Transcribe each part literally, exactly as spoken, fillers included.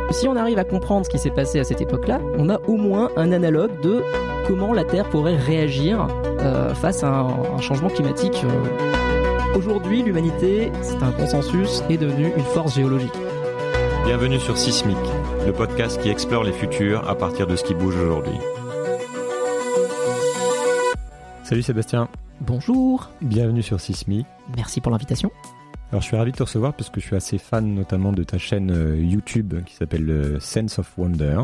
Si on arrive à comprendre ce qui s'est passé à cette époque-là, on a au moins un analogue de comment la Terre pourrait réagir euh, face à un, un changement climatique. Euh. Aujourd'hui, l'humanité, c'est un consensus, est devenue une force géologique. Bienvenue sur Sismic, le podcast qui explore les futurs à partir de ce qui bouge aujourd'hui. Salut Sébastien. Bonjour. Bienvenue sur Sismic. Merci pour l'invitation. Alors je suis ravi de te recevoir parce que je suis assez fan notamment de ta chaîne YouTube qui s'appelle Sense of Wonder.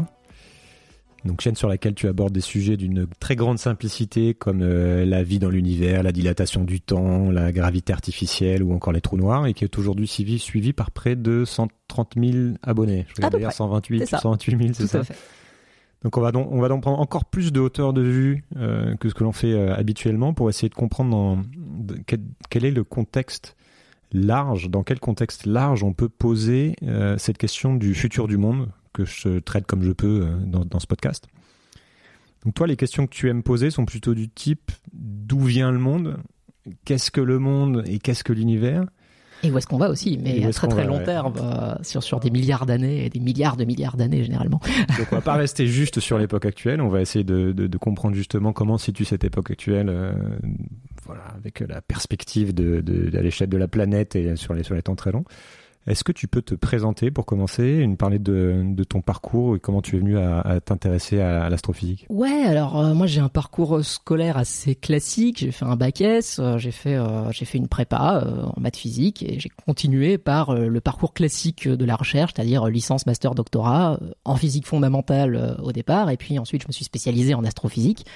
Donc chaîne sur laquelle tu abordes des sujets d'une très grande simplicité comme euh, la vie dans l'univers, la dilatation du temps, la gravité artificielle ou encore les trous noirs et qui est aujourd'hui suivi, suivi par près de cent trente mille abonnés. Je regarde d'ailleurs cent vingt-huit, cent vingt-huit mille, c'est Tout ça. à fait. Donc on va donc on va donc prendre encore plus de hauteur de vue euh, que ce que l'on fait euh, habituellement pour essayer de comprendre dans, de, quel, quel est le contexte large, dans quel contexte large on peut poser euh, cette question du futur du monde que je traite comme je peux euh, dans, dans ce podcast. Donc toi, les questions que tu aimes poser sont plutôt du type d'où vient le monde, qu'est-ce que le monde et qu'est-ce que l'univers ? Et où est-ce qu'on va aussi, mais à très très va, long ouais. terme, euh, sur, sur des milliards d'années, et des milliards de milliards d'années généralement. Donc on va pas rester juste sur l'époque actuelle, on va essayer de, de, de comprendre justement comment se situe cette époque actuelle, euh, voilà, avec la perspective de, de, de l'échelle de la planète et sur les, sur les temps très longs. Est-ce que tu peux te présenter pour commencer, nous parler de, de ton parcours et comment tu es venu à, à t'intéresser à, à l'astrophysique ? Ouais, alors euh, moi j'ai un parcours scolaire assez classique. J'ai fait un bac S, euh, j'ai fait euh, j'ai fait une prépa euh, en maths physique et j'ai continué par euh, le parcours classique de la recherche, c'est-à-dire euh, licence, master, doctorat euh, en physique fondamentale euh, au départ, et puis ensuite je me suis spécialisé en astrophysique.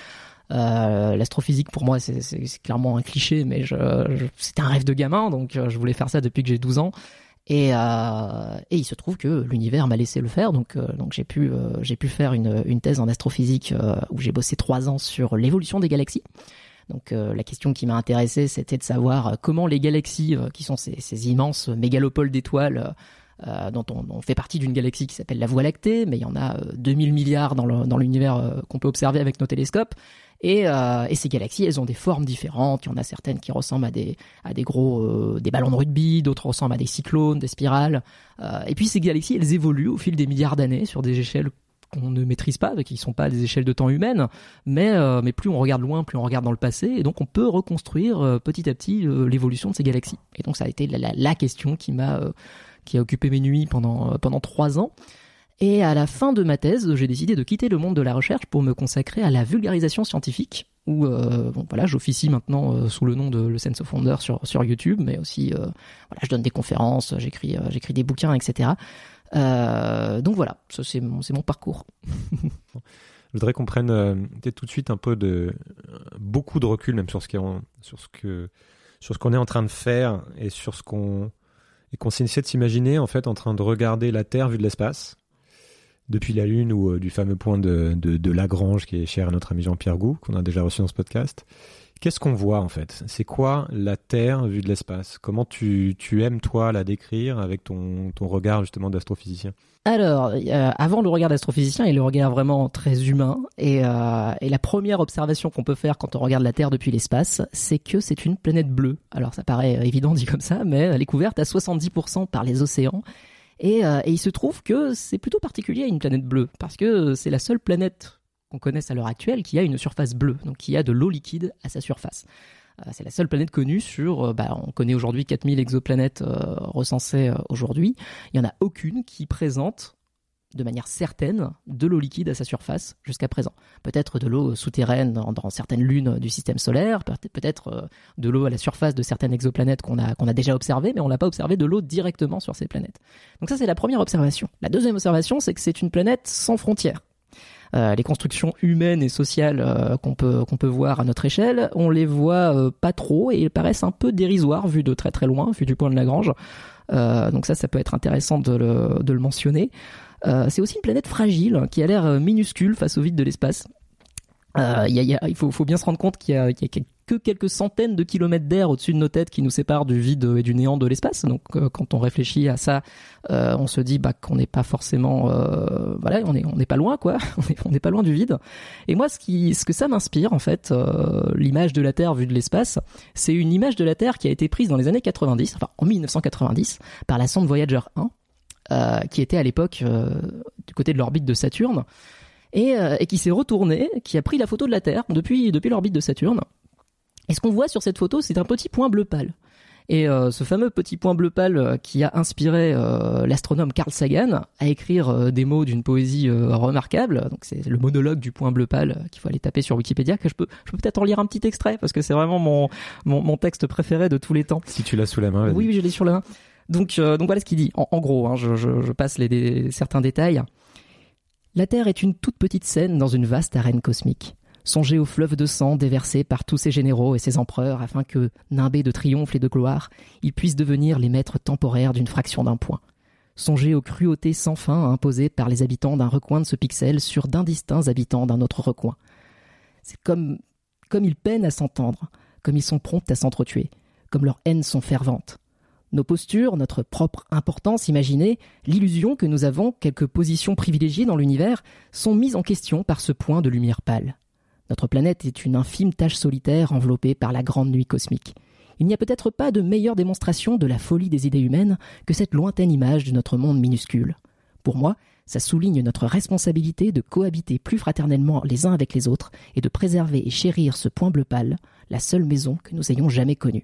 Euh, l'astrophysique pour moi c'est, c'est, c'est clairement un cliché, mais je, je, c'était un rêve de gamin, donc euh, je voulais faire ça depuis que j'ai douze ans. Et, euh, et il se trouve que l'univers m'a laissé le faire, donc, euh, donc j'ai pu, euh, j'ai pu faire une, une thèse en astrophysique euh, où j'ai bossé trois ans sur l'évolution des galaxies. Donc euh, la question qui m'a intéressé, c'était de savoir comment les galaxies, euh, qui sont ces, ces immenses mégalopoles d'étoiles, euh, dont on, on fait partie d'une galaxie qui s'appelle la Voie lactée, mais il y en a euh, deux mille milliards dans, le, dans l'univers euh, qu'on peut observer avec nos télescopes. Et, euh, et ces galaxies, elles ont des formes différentes. Il y en a certaines qui ressemblent à des, à des gros euh, des ballons de rugby, d'autres ressemblent à des cyclones, des spirales. Euh, et puis ces galaxies, elles évoluent au fil des milliards d'années sur des échelles qu'on ne maîtrise pas, qui ne sont pas des échelles de temps humaines. Mais, euh, mais plus on regarde loin, plus on regarde dans le passé. Et donc on peut reconstruire euh, petit à petit euh, l'évolution de ces galaxies. Et donc ça a été la, la, la question qui m'a euh, qui a occupé mes nuits pendant, euh, pendant trois ans. Et à la fin de ma thèse, j'ai décidé de quitter le monde de la recherche pour me consacrer à la vulgarisation scientifique, où euh, bon, voilà, j'officie maintenant euh, sous le nom de le Sense of Wonder sur, sur YouTube, mais aussi euh, voilà, je donne des conférences, j'écris, euh, j'écris des bouquins, et cetera. Euh, donc voilà, ça, c'est, mon, c'est mon parcours. Je voudrais qu'on prenne euh, peut-être tout de suite un peu de beaucoup de recul, même sur ce, qui est en, sur ce que sur ce qu'on est en train de faire et sur ce qu'on et qu'on essaie de s'imaginer en fait en train de regarder la Terre vue de l'espace. Depuis la Lune ou euh, du fameux point de, de, de Lagrange qui est cher à notre ami Jean-Pierre Gou, qu'on a déjà reçu dans ce podcast. Qu'est-ce qu'on voit en fait ? C'est quoi la Terre vue de l'espace ? Comment tu, tu aimes toi la décrire avec ton, ton regard justement d'astrophysicien ? Alors, euh, avant le regard d'astrophysicien, il y a le regard vraiment très humain. Et, euh, et la première observation qu'on peut faire quand on regarde la Terre depuis l'espace, c'est que c'est une planète bleue. Alors ça paraît évident dit comme ça, mais elle est couverte à soixante-dix pour cent par les océans. Et, euh, et il se trouve que c'est plutôt particulier à une planète bleue, parce que c'est la seule planète qu'on connaisse à l'heure actuelle qui a une surface bleue, donc qui a de l'eau liquide à sa surface. Euh, c'est la seule planète connue sur, euh, bah, on connaît aujourd'hui quatre mille exoplanètes euh, recensées euh, aujourd'hui. Il n'y en a aucune qui présente de manière certaine de l'eau liquide à sa surface jusqu'à présent. Peut-être de l'eau souterraine dans, dans certaines lunes du système solaire, peut-être euh, de l'eau à la surface de certaines exoplanètes qu'on a, qu'on a déjà observées, mais on n'a pas observé de l'eau directement sur ces planètes. Donc ça, c'est la première observation. La deuxième observation, c'est que c'est une planète sans frontières. Euh, les constructions humaines et sociales euh, qu'on peut qu'on peut voir à notre échelle, on les voit euh, pas trop et elles paraissent un peu dérisoires vu de très très loin, vu du point de Lagrange. Euh, donc ça, ça peut être intéressant de le, de le mentionner. Euh, c'est aussi une planète fragile qui a l'air minuscule face au vide de l'espace. Euh, y a, y a, il faut, faut bien se rendre compte qu'il y a, qu'il y a que quelques centaines de kilomètres d'air au-dessus de nos têtes qui nous séparent du vide et du néant de l'espace. Donc euh, quand on réfléchit à ça, euh, on se dit bah, qu'on n'est pas forcément, euh, voilà, on est on n'est pas loin quoi, on est on n'est pas loin du vide. Et moi, ce qui, ce que ça m'inspire en fait, euh, l'image de la Terre vue de l'espace, c'est une image de la Terre qui a été prise dans les années quatre-vingt-dix, enfin en mille neuf cent quatre-vingt-dix, par la sonde Voyager un. euh, qui était à l'époque euh, du côté de l'orbite de Saturne, et, euh, et qui s'est retourné, qui a pris la photo de la Terre depuis, depuis l'orbite de Saturne. Et ce qu'on voit sur cette photo, c'est un petit point bleu pâle. Et euh, ce fameux petit point bleu pâle euh, qui a inspiré euh, l'astronome Carl Sagan à écrire euh, des mots d'une poésie euh, remarquable. Donc c'est le monologue du point bleu pâle euh, qu'il faut aller taper sur Wikipédia, que je peux, je peux peut-être en lire un petit extrait parce que c'est vraiment mon, mon, mon texte préféré de tous les temps. Si tu l'as sous la main, vas-y. Oui, oui, je l'ai sur la main. Donc, euh, donc voilà ce qu'il dit. En, en gros, hein, je, je, je passe les, des, certains détails. La Terre est une toute petite scène dans une vaste arène cosmique. Songez au fleuve de sang déversé par tous ses généraux et ses empereurs afin que, nimbés de triomphe et de gloire, ils puissent devenir les maîtres temporaires d'une fraction d'un point. Songez aux cruautés sans fin imposées par les habitants d'un recoin de ce pixel sur d'indistincts habitants d'un autre recoin. C'est comme, comme ils peinent à s'entendre, comme ils sont prompts à s'entretuer, comme leurs haines sont ferventes. Nos postures, notre propre importance imaginée, l'illusion que nous avons quelques positions privilégiées dans l'univers, sont mises en question par ce point de lumière pâle. Notre planète est une infime tache solitaire enveloppée par la grande nuit cosmique. Il n'y a peut-être pas de meilleure démonstration de la folie des idées humaines que cette lointaine image de notre monde minuscule. Pour moi, ça souligne notre responsabilité de cohabiter plus fraternellement les uns avec les autres et de préserver et chérir ce point bleu pâle, la seule maison que nous ayons jamais connue.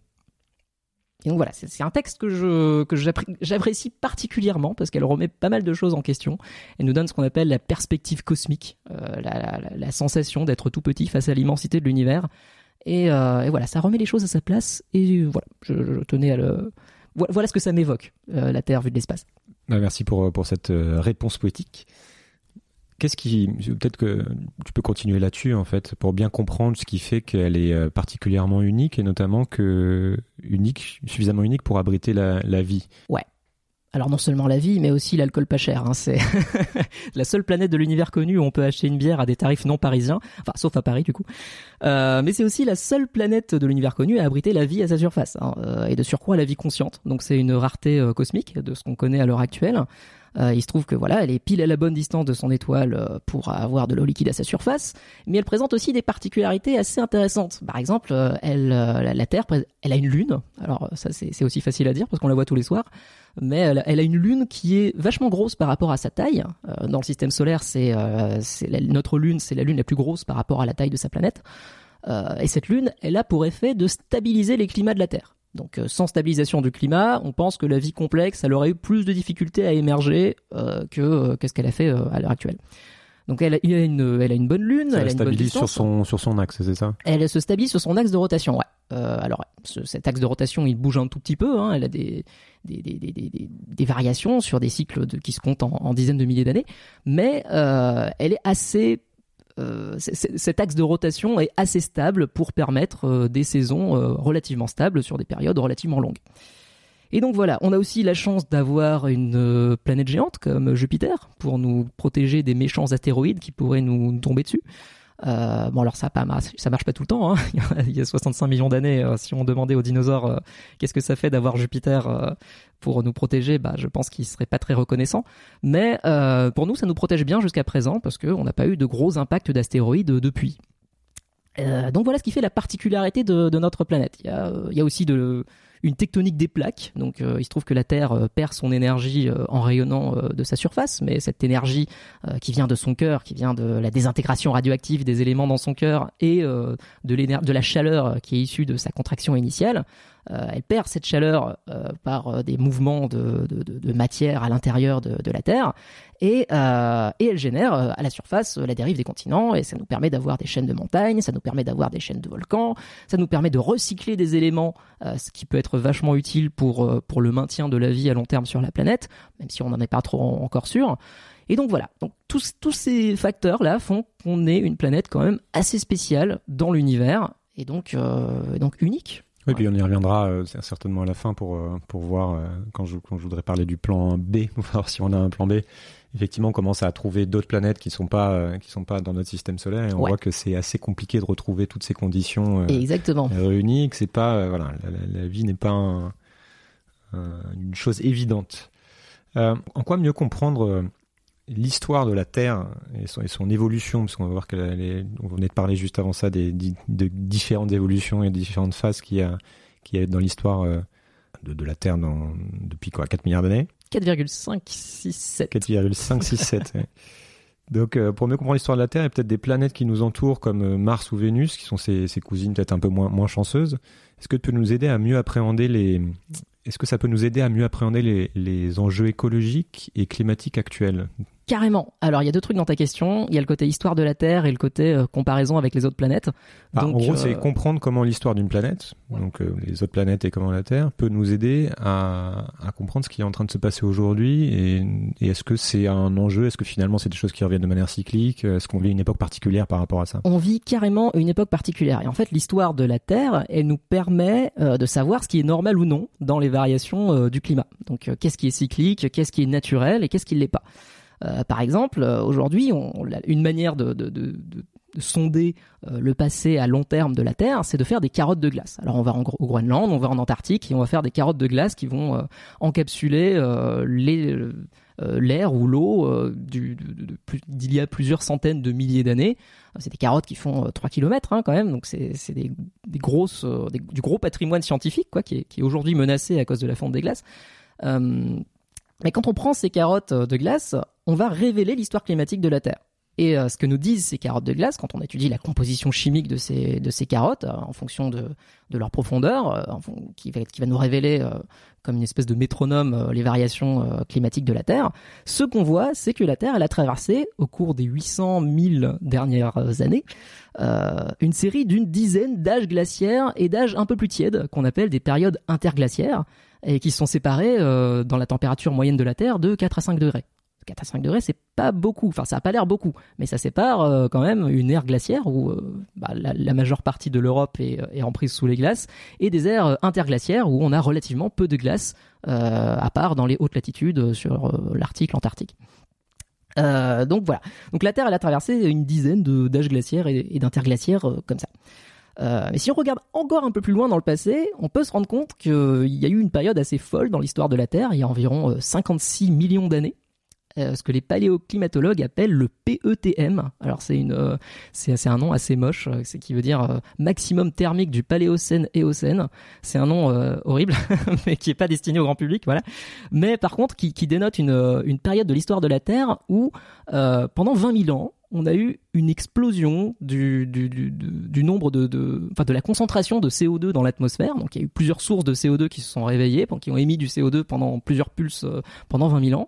Et donc voilà, c'est, c'est un texte que, je, que j'appré- j'apprécie particulièrement parce qu'elle remet pas mal de choses en question. Elle nous donne ce qu'on appelle la perspective cosmique, euh, la, la, la sensation d'être tout petit face à l'immensité de l'univers. Et, euh, et voilà, ça remet les choses à sa place. Et voilà, je, je tenais à le... Voilà, voilà ce que ça m'évoque, euh, la Terre vue de l'espace. Merci pour, pour cette réponse poétique. Qu'est-ce qui, peut-être que tu peux continuer là-dessus en fait, pour bien comprendre ce qui fait qu'elle est particulièrement unique et notamment que unique, suffisamment unique pour abriter la, la vie. Ouais. Alors non seulement la vie, mais aussi l'alcool pas cher. Hein. C'est la seule planète de l'univers connu où on peut acheter une bière à des tarifs non parisiens, enfin sauf à Paris du coup. Euh, mais c'est aussi la seule planète de l'univers connu à abriter la vie à sa surface, hein, euh, et de surcroît la vie consciente. Donc c'est une rareté euh, cosmique de ce qu'on connaît à l'heure actuelle. Euh, il se trouve que voilà, elle est pile à la bonne distance de son étoile euh, pour avoir de l'eau liquide à sa surface, mais elle présente aussi des particularités assez intéressantes. Par exemple, euh, elle, euh, la, la Terre, elle a une lune. Alors ça, c'est, c'est aussi facile à dire parce qu'on la voit tous les soirs, mais elle, elle a une lune qui est vachement grosse par rapport à sa taille. Euh, dans le système solaire, c'est, euh, c'est la, notre lune, c'est la lune la plus grosse par rapport à la taille de sa planète. Euh, et cette lune, elle a pour effet de stabiliser les climats de la Terre. Donc euh, sans stabilisation du climat, on pense que la vie complexe, elle aurait eu plus de difficultés à émerger euh, que euh, qu'est-ce qu'elle a fait euh, à l'heure actuelle. Donc elle a, il a une, elle a une bonne lune, ça elle a une bonne stabilise distance. sur son sur son axe, c'est ça ? Elle se stabilise sur son axe de rotation. Ouais. Euh, alors ce, cet axe de rotation, il bouge un tout petit peu. Hein, elle a des des, des, des, des, des variations sur des cycles de, qui se comptent en, en dizaines de milliers d'années, mais euh, elle est assez Euh, c- c- cet axe de rotation est assez stable pour permettre euh, des saisons euh, relativement stables sur des périodes relativement longues. Et donc voilà, on a aussi la chance d'avoir une euh, planète géante comme Jupiter pour nous protéger des méchants astéroïdes qui pourraient nous, nous tomber dessus. Euh, bon alors ça, pas, ça marche pas tout le temps, hein. Il y a soixante-cinq millions d'années, euh, si on demandait aux dinosaures euh, qu'est-ce que ça fait d'avoir Jupiter euh, pour nous protéger, bah, je pense qu'ils seraient pas très reconnaissants. Mais euh, pour nous, ça nous protège bien jusqu'à présent parce qu'on n'a pas eu de gros impacts d'astéroïdes depuis. Euh, donc voilà ce qui fait la particularité de, de notre planète. Il y a, il y a aussi de, une tectonique des plaques. Donc euh, il se trouve que la Terre euh, perd son énergie euh, en rayonnant euh, de sa surface, mais cette énergie euh, qui vient de son cœur, qui vient de la désintégration radioactive des éléments dans son cœur et euh, de, l'éner- de la chaleur qui est issue de sa contraction initiale, euh, elle perd cette chaleur euh, par euh, des mouvements de, de, de, de matière à l'intérieur de, de la Terre et, euh, et elle génère euh, à la surface euh, la dérive des continents et ça nous permet d'avoir des chaînes de montagnes, ça nous permet d'avoir des chaînes de volcans, ça nous permet de recycler des éléments, euh, ce qui peut être vachement utile pour, euh, pour le maintien de la vie à long terme sur la planète, même si on n'en est pas trop encore sûr. Et donc voilà, donc tous, tous ces facteurs-là font qu'on est une planète quand même assez spéciale dans l'univers et donc, euh, donc unique. Oui, puis on y reviendra euh, certainement à la fin pour, euh, pour voir, euh, quand, je, quand je voudrais parler du plan B, pour voir si on a un plan B. Effectivement, on commence à trouver d'autres planètes qui ne sont, euh, qui sont pas dans notre système solaire et on ouais. voit que c'est assez compliqué de retrouver toutes ces conditions euh, Exactement. réunies, que c'est pas, euh, voilà, la, la, la vie n'est pas un, un, une chose évidente. Euh, en quoi mieux comprendre euh, l'histoire de la Terre et son, et son évolution, parce qu'on va voir qu'elle est, on venait de parler juste avant ça des, de, de différentes évolutions et différentes phases qu'il y a, qu'il y a dans l'histoire euh, de, de la Terre dans, depuis quoi, quatre milliards d'années. quatre virgule cinq six sept. quatre virgule cinq six sept, ouais. Donc, euh, pour mieux comprendre l'histoire de la Terre, il y a peut-être des planètes qui nous entourent, comme euh, Mars ou Vénus, qui sont ses, ses cousines peut-être un peu moins, moins chanceuses. Est-ce que tu peux nous aider à mieux appréhender les... Est-ce que ça peut nous aider à mieux appréhender les, les enjeux écologiques et climatiques actuels ? Carrément. Alors, il y a deux trucs dans ta question. Il y a le côté histoire de la Terre et le côté euh, comparaison avec les autres planètes. Ah, Donc, en gros, euh... c'est comprendre comment l'histoire d'une planète, ouais. donc euh, les autres planètes et comment la Terre, peut nous aider à, à comprendre ce qui est en train de se passer aujourd'hui. Et, et est-ce que c'est un enjeu ? Est-ce que finalement, c'est des choses qui reviennent de manière cyclique ? Est-ce qu'on vit une époque particulière par rapport à ça ? On vit carrément une époque particulière. Et en fait, l'histoire de la Terre, elle nous permet euh, de savoir ce qui est normal ou non dans les variations euh, du climat. Donc, euh, qu'est-ce qui est cyclique, qu'est-ce qui est naturel et qu'est-ce qui ne l'est pas. Euh, par exemple, euh, aujourd'hui, on, on, une manière de, de, de, de, de sonder euh, le passé à long terme de la Terre, c'est de faire des carottes de glace. Alors, on va en, au Groenland, on va en Antarctique et on va faire des carottes de glace qui vont euh, encapsuler euh, les, euh, l'air ou l'eau euh, du, de, de, de, d'il y a plusieurs centaines de milliers d'années. C'est des carottes qui font euh, trois kilomètres hein, quand même, donc c'est, c'est des, des grosses, euh, des, du gros patrimoine scientifique quoi, qui est, qui est aujourd'hui menacé à cause de la fonte des glaces. Euh, Mais quand on prend ces carottes de glace, on va révéler l'histoire climatique de la Terre. Et euh, ce que nous disent ces carottes de glace, quand on étudie la composition chimique de ces, de ces carottes, euh, en fonction de, de leur profondeur, euh, en, qui, va, qui va nous révéler euh, comme une espèce de métronome euh, les variations euh, climatiques de la Terre, ce qu'on voit, c'est que la Terre, elle a traversé, au cours des huit cent mille dernières années, euh, une série d'une dizaine d'âges glaciaires et d'âges un peu plus tièdes, qu'on appelle des périodes interglaciaires, et qui sont séparés euh, dans la température moyenne de la Terre de quatre à cinq degrés. quatre à cinq degrés, c'est pas beaucoup, enfin ça a pas l'air beaucoup, mais ça sépare euh, quand même une ère glaciaire où euh, bah, la, la majeure partie de l'Europe est, est emprise sous les glaces, et des aires interglaciaires où on a relativement peu de glace, euh, à part dans les hautes latitudes sur euh, l'Arctique, l'Antarctique. Euh, donc voilà, donc la Terre elle a traversé une dizaine de, d'âges glaciaires et, et d'interglaciaires euh, comme ça. Euh, mais si on regarde encore un peu plus loin dans le passé, on peut se rendre compte qu'il y a eu une période assez folle dans l'histoire de la Terre, il y a environ euh, cinquante-six millions d'années, euh, ce que les paléoclimatologues appellent le P E T M. Alors c'est une, euh, c'est, c'est un nom assez moche, euh, c'est qui veut dire euh, maximum thermique du Paléocène-Éocène. C'est un nom euh, horrible, mais qui est pas destiné au grand public, voilà. Mais par contre, qui, qui dénote une, une période de l'histoire de la Terre où euh, pendant vingt mille ans, on a eu une explosion du, du, du, du nombre de, de, enfin de la concentration de C O deux dans l'atmosphère. Donc il y a eu plusieurs sources de C O deux qui se sont réveillées, qui ont émis du C O deux pendant plusieurs pulses euh, pendant vingt mille ans.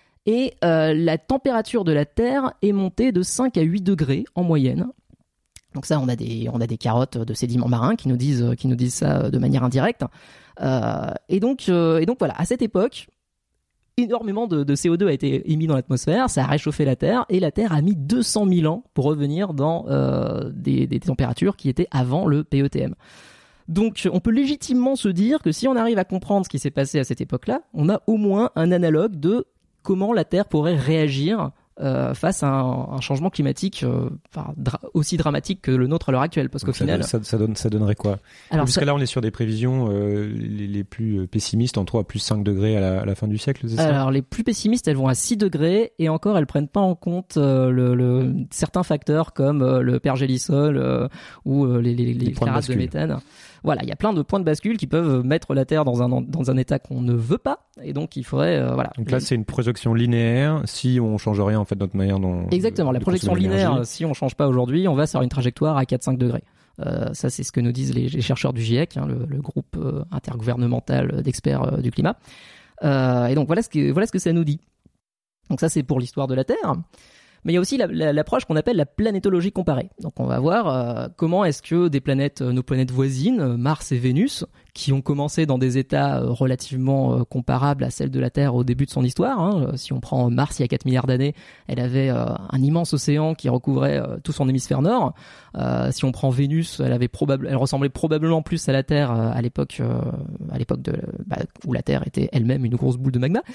Et euh, la température de la Terre est montée de cinq à huit degrés en moyenne. Donc ça, on a des, on a des carottes de sédiments marins qui nous disent, qui nous disent ça de manière indirecte. Euh, et donc, euh, et donc voilà, à cette époque, énormément de, de C O deux a été émis dans l'atmosphère, ça a réchauffé la Terre, et la Terre a mis deux cent mille ans pour revenir dans euh, des, des températures qui étaient avant le P E T M. Donc on peut légitimement se dire que si on arrive à comprendre ce qui s'est passé à cette époque-là, on a au moins un analogue de comment la Terre pourrait réagir euh, face à un, un changement climatique euh, enfin, dra- aussi dramatique que le nôtre à l'heure actuelle, parce qu'au ça final... Ça, ça, donne, ça donnerait quoi ? Alors, Parce ça... que là, on est sur des prévisions euh, les, les plus pessimistes, en trois à plus cinq degrés à la, à la fin du siècle, c'est ça ? Alors, les plus pessimistes, elles vont à six degrés, et encore, elles prennent pas en compte euh, le, le, certains facteurs comme euh, le pergélisol euh, ou euh, les, les, les, les carats de méthane. Voilà, il y a plein de points de bascule qui peuvent mettre la Terre dans un, dans un état qu'on ne veut pas, et donc il faudrait... Euh, voilà. Donc là, c'est une projection linéaire, si on change rien, en fait, notre manière dont... Exactement, la projection linéaire, si on change pas aujourd'hui, on va sur une trajectoire à quatre à cinq degrés. Euh, ça, c'est ce que nous disent les, les chercheurs du GIEC, hein, le, le groupe euh, intergouvernemental d'experts euh, du climat. Euh, et donc, voilà ce, que, voilà ce que ça nous dit. Donc ça, c'est pour l'histoire de la Terre. Mais il y a aussi la, la, l'approche qu'on appelle la planétologie comparée. Donc on va voir euh, comment est-ce que des planètes, nos planètes voisines, Mars et Vénus, qui ont commencé dans des états euh, relativement euh, comparables à celles de la Terre au début de son histoire. Hein. Si on prend Mars il y a quatre milliards d'années, elle avait euh, un immense océan qui recouvrait euh, tout son hémisphère nord. Euh, si on prend Vénus, elle avait probable, elle ressemblait probablement plus à la Terre euh, à l'époque, euh, à l'époque de, bah, où la Terre était elle-même une grosse boule de magma.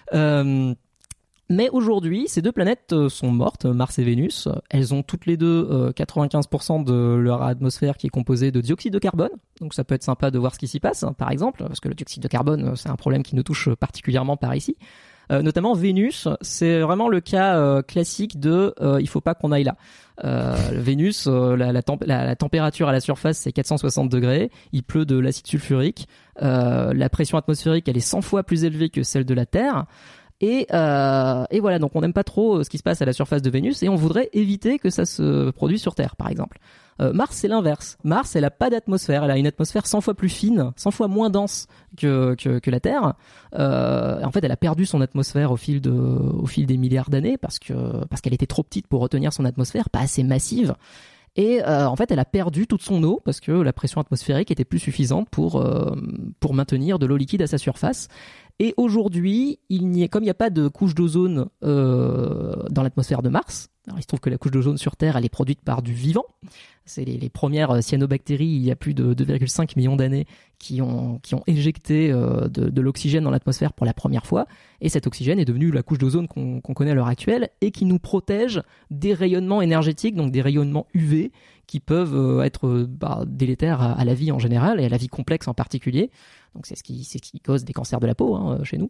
Euh, Mais aujourd'hui, ces deux planètes sont mortes, Mars et Vénus. Elles ont toutes les deux euh, quatre-vingt-quinze pour cent de leur atmosphère qui est composée de dioxyde de carbone. Donc ça peut être sympa de voir ce qui s'y passe, hein, par exemple, parce que le dioxyde de carbone, c'est un problème qui nous touche particulièrement par ici. Euh, notamment Vénus, c'est vraiment le cas euh, classique de euh, il faut pas qu'on aille là. Euh, Vénus, euh, la, la, temp- la, la température à la surface c'est quatre cent soixante degrés, il pleut de l'acide sulfurique, euh, la pression atmosphérique elle est cent fois plus élevée que celle de la Terre. Et, euh, et voilà, donc on n'aime pas trop ce qui se passe à la surface de Vénus et on voudrait éviter que ça se produise sur Terre, par exemple. Euh, Mars, c'est l'inverse. Mars, elle a pas d'atmosphère, elle a une atmosphère cent fois plus fine, cent fois moins dense que que, que la Terre. Euh, en fait, elle a perdu son atmosphère au fil de, au fil des milliards d'années parce que parce qu'elle était trop petite pour retenir son atmosphère, pas assez massive. Et euh, en fait, elle a perdu toute son eau parce que la pression atmosphérique était plus suffisante pour euh, pour maintenir de l'eau liquide à sa surface. Et aujourd'hui, il n'y est, comme il n'y a pas de couche d'ozone euh, dans l'atmosphère de Mars, alors il se trouve que la couche d'ozone sur Terre, elle est produite par du vivant. C'est les, les premières cyanobactéries, il y a plus de deux virgule cinq millions d'années, qui ont, qui ont éjecté euh, de, de l'oxygène dans l'atmosphère pour la première fois. Et cet oxygène est devenu la couche d'ozone qu'on, qu'on connaît à l'heure actuelle et qui nous protège des rayonnements énergétiques, donc des rayonnements U V, qui peuvent euh, être bah, délétères à, à la vie en général et à la vie complexe en particulier. Donc c'est ce qui, c'est ce qui cause des cancers de la peau hein, chez nous.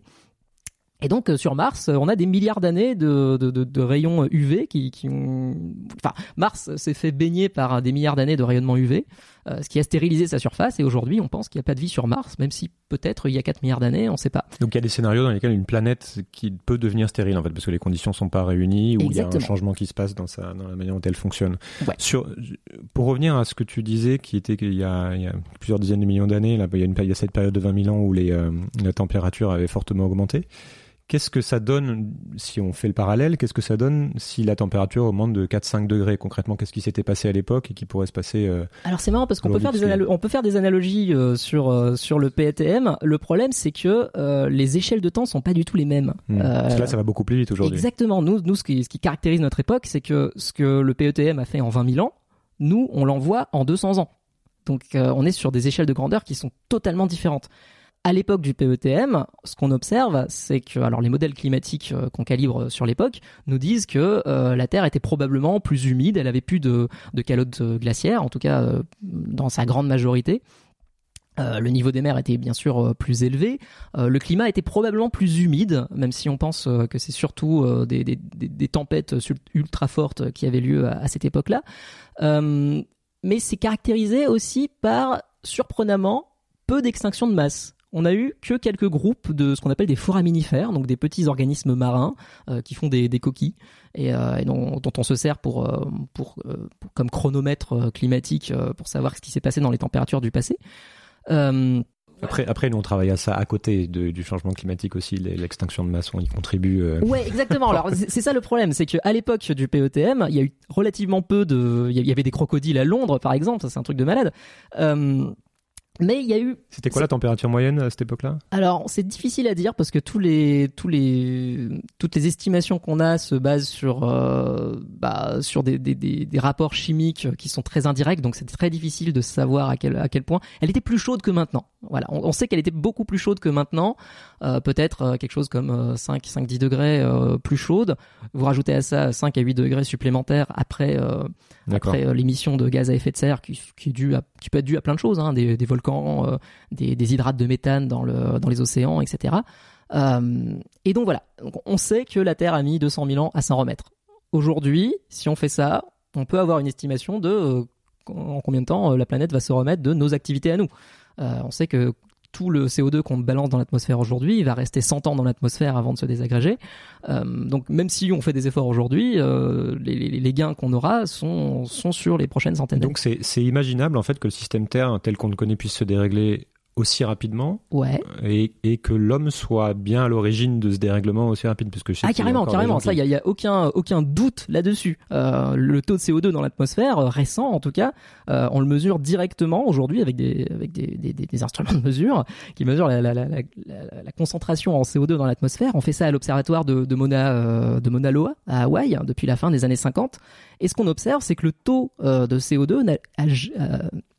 Et donc euh, sur Mars, on a des milliards d'années de, de, de, de rayons U V qui, qui ont... Enfin, Mars s'est fait baigner par des milliards d'années de rayonnement U V, euh, ce qui a stérilisé sa surface. Et aujourd'hui, on pense qu'il n'y a pas de vie sur Mars, même si peut-être il y a quatre milliards d'années, on ne sait pas. Donc il y a des scénarios dans lesquels une planète qui peut devenir stérile, en fait, parce que les conditions ne sont pas réunies, ou il y a un changement qui se passe dans, sa, dans la manière dont elle fonctionne. Ouais. Sur, pour revenir à ce que tu disais, qui était qu'il y a, il y a plusieurs dizaines de millions d'années, là, il, y a une, il y a cette période de vingt mille ans où les, euh, la température avait fortement augmenté. Qu'est-ce que ça donne, si on fait le parallèle, qu'est-ce que ça donne si la température augmente de quatre à cinq degrés? Concrètement, qu'est-ce qui s'était passé à l'époque et qui pourrait se passer euh, Alors c'est marrant parce qu'on peut faire, des analo- on peut faire des analogies euh, sur, euh, sur le P T M. Le problème, c'est que euh, les échelles de temps sont pas du tout les mêmes. Mmh. Euh, Parce que là, ça va beaucoup plus vite aujourd'hui. Exactement. Nous, nous ce, qui, ce qui caractérise notre époque, c'est que ce que le P T M a fait en vingt mille ans, nous, on l'envoie en deux cents ans. Donc euh, on est sur des échelles de grandeur qui sont totalement différentes. À l'époque du P E T M, ce qu'on observe, c'est que alors les modèles climatiques euh, qu'on calibre sur l'époque nous disent que euh, la Terre était probablement plus humide, elle avait plus de, de calottes glaciaires, en tout cas euh, dans sa grande majorité. Euh, le niveau des mers était bien sûr euh, plus élevé. Euh, le climat était probablement plus humide, même si on pense euh, que c'est surtout euh, des, des, des tempêtes ultra fortes qui avaient lieu à, à cette époque-là. Euh, mais c'est caractérisé aussi par, surprenamment, peu d'extinction de masse. On a eu que quelques groupes de ce qu'on appelle des foraminifères, donc des petits organismes marins euh, qui font des, des coquilles et, euh, et dont, dont on se sert pour, euh, pour, euh, pour comme chronomètre climatique euh, pour savoir ce qui s'est passé dans les températures du passé. Euh, Après, après, nous on travaille à ça à côté de, du changement climatique aussi, l'extinction de masse, on y contribue. Euh... Ouais, exactement. Alors c'est, c'est ça le problème, c'est qu'à l'époque du P E T M, il y a eu relativement peu de, il y avait des crocodiles à Londres par exemple, ça c'est un truc de malade. Euh, Mais il y a eu. C'était quoi la température moyenne à cette époque-là? Alors, c'est difficile à dire parce que tous les, tous les, toutes les estimations qu'on a se basent sur, euh, bah, sur des, des, des, des rapports chimiques qui sont très indirects. Donc, c'est très difficile de savoir à quel, à quel point. Elle était plus chaude que maintenant. Voilà. On, on sait qu'elle était beaucoup plus chaude que maintenant. Euh, peut-être euh, quelque chose comme euh, cinq, cinq, dix degrés euh, plus chaude. Vous rajoutez à ça cinq à huit degrés supplémentaires après, euh, après euh, l'émission de gaz à effet de serre qui, qui est due à, qui peut être due à plein de choses, hein, des, des volcans, euh, des, des hydrates de méthane dans le, dans les océans, et cetera. Euh, et donc voilà. Donc, on sait que la Terre a mis deux cent mille ans à s'en remettre. Aujourd'hui, si on fait ça, on peut avoir une estimation de euh, en combien de temps euh, la planète va se remettre de nos activités à nous. Euh, on sait que tout le C O deux qu'on balance dans l'atmosphère aujourd'hui, il va rester cent ans dans l'atmosphère avant de se désagréger. Euh, donc même si on fait des efforts aujourd'hui, euh, les, les, les gains qu'on aura sont, sont sur les prochaines centaines d'années. Donc c'est, c'est imaginable en fait que le système Terre tel qu'on le connaît puisse se dérégler aussi rapidement, ouais. et, et que l'homme soit bien à l'origine de ce dérèglement aussi rapide, parce que je sais ah carrément, carrément, ça il y a, y a aucun aucun doute là-dessus. Euh, le taux de C O deux dans l'atmosphère euh, récent, en tout cas, euh, on le mesure directement aujourd'hui avec des avec des, des, des, des instruments de mesure qui mesurent la, la, la, la, la, la concentration en C O deux dans l'atmosphère. On fait ça à l'observatoire de, de Mauna euh, de Mauna Loa à Hawaï hein, depuis la fin des années cinquante. Et ce qu'on observe, c'est que le taux euh, de C O deux n'a, a, euh,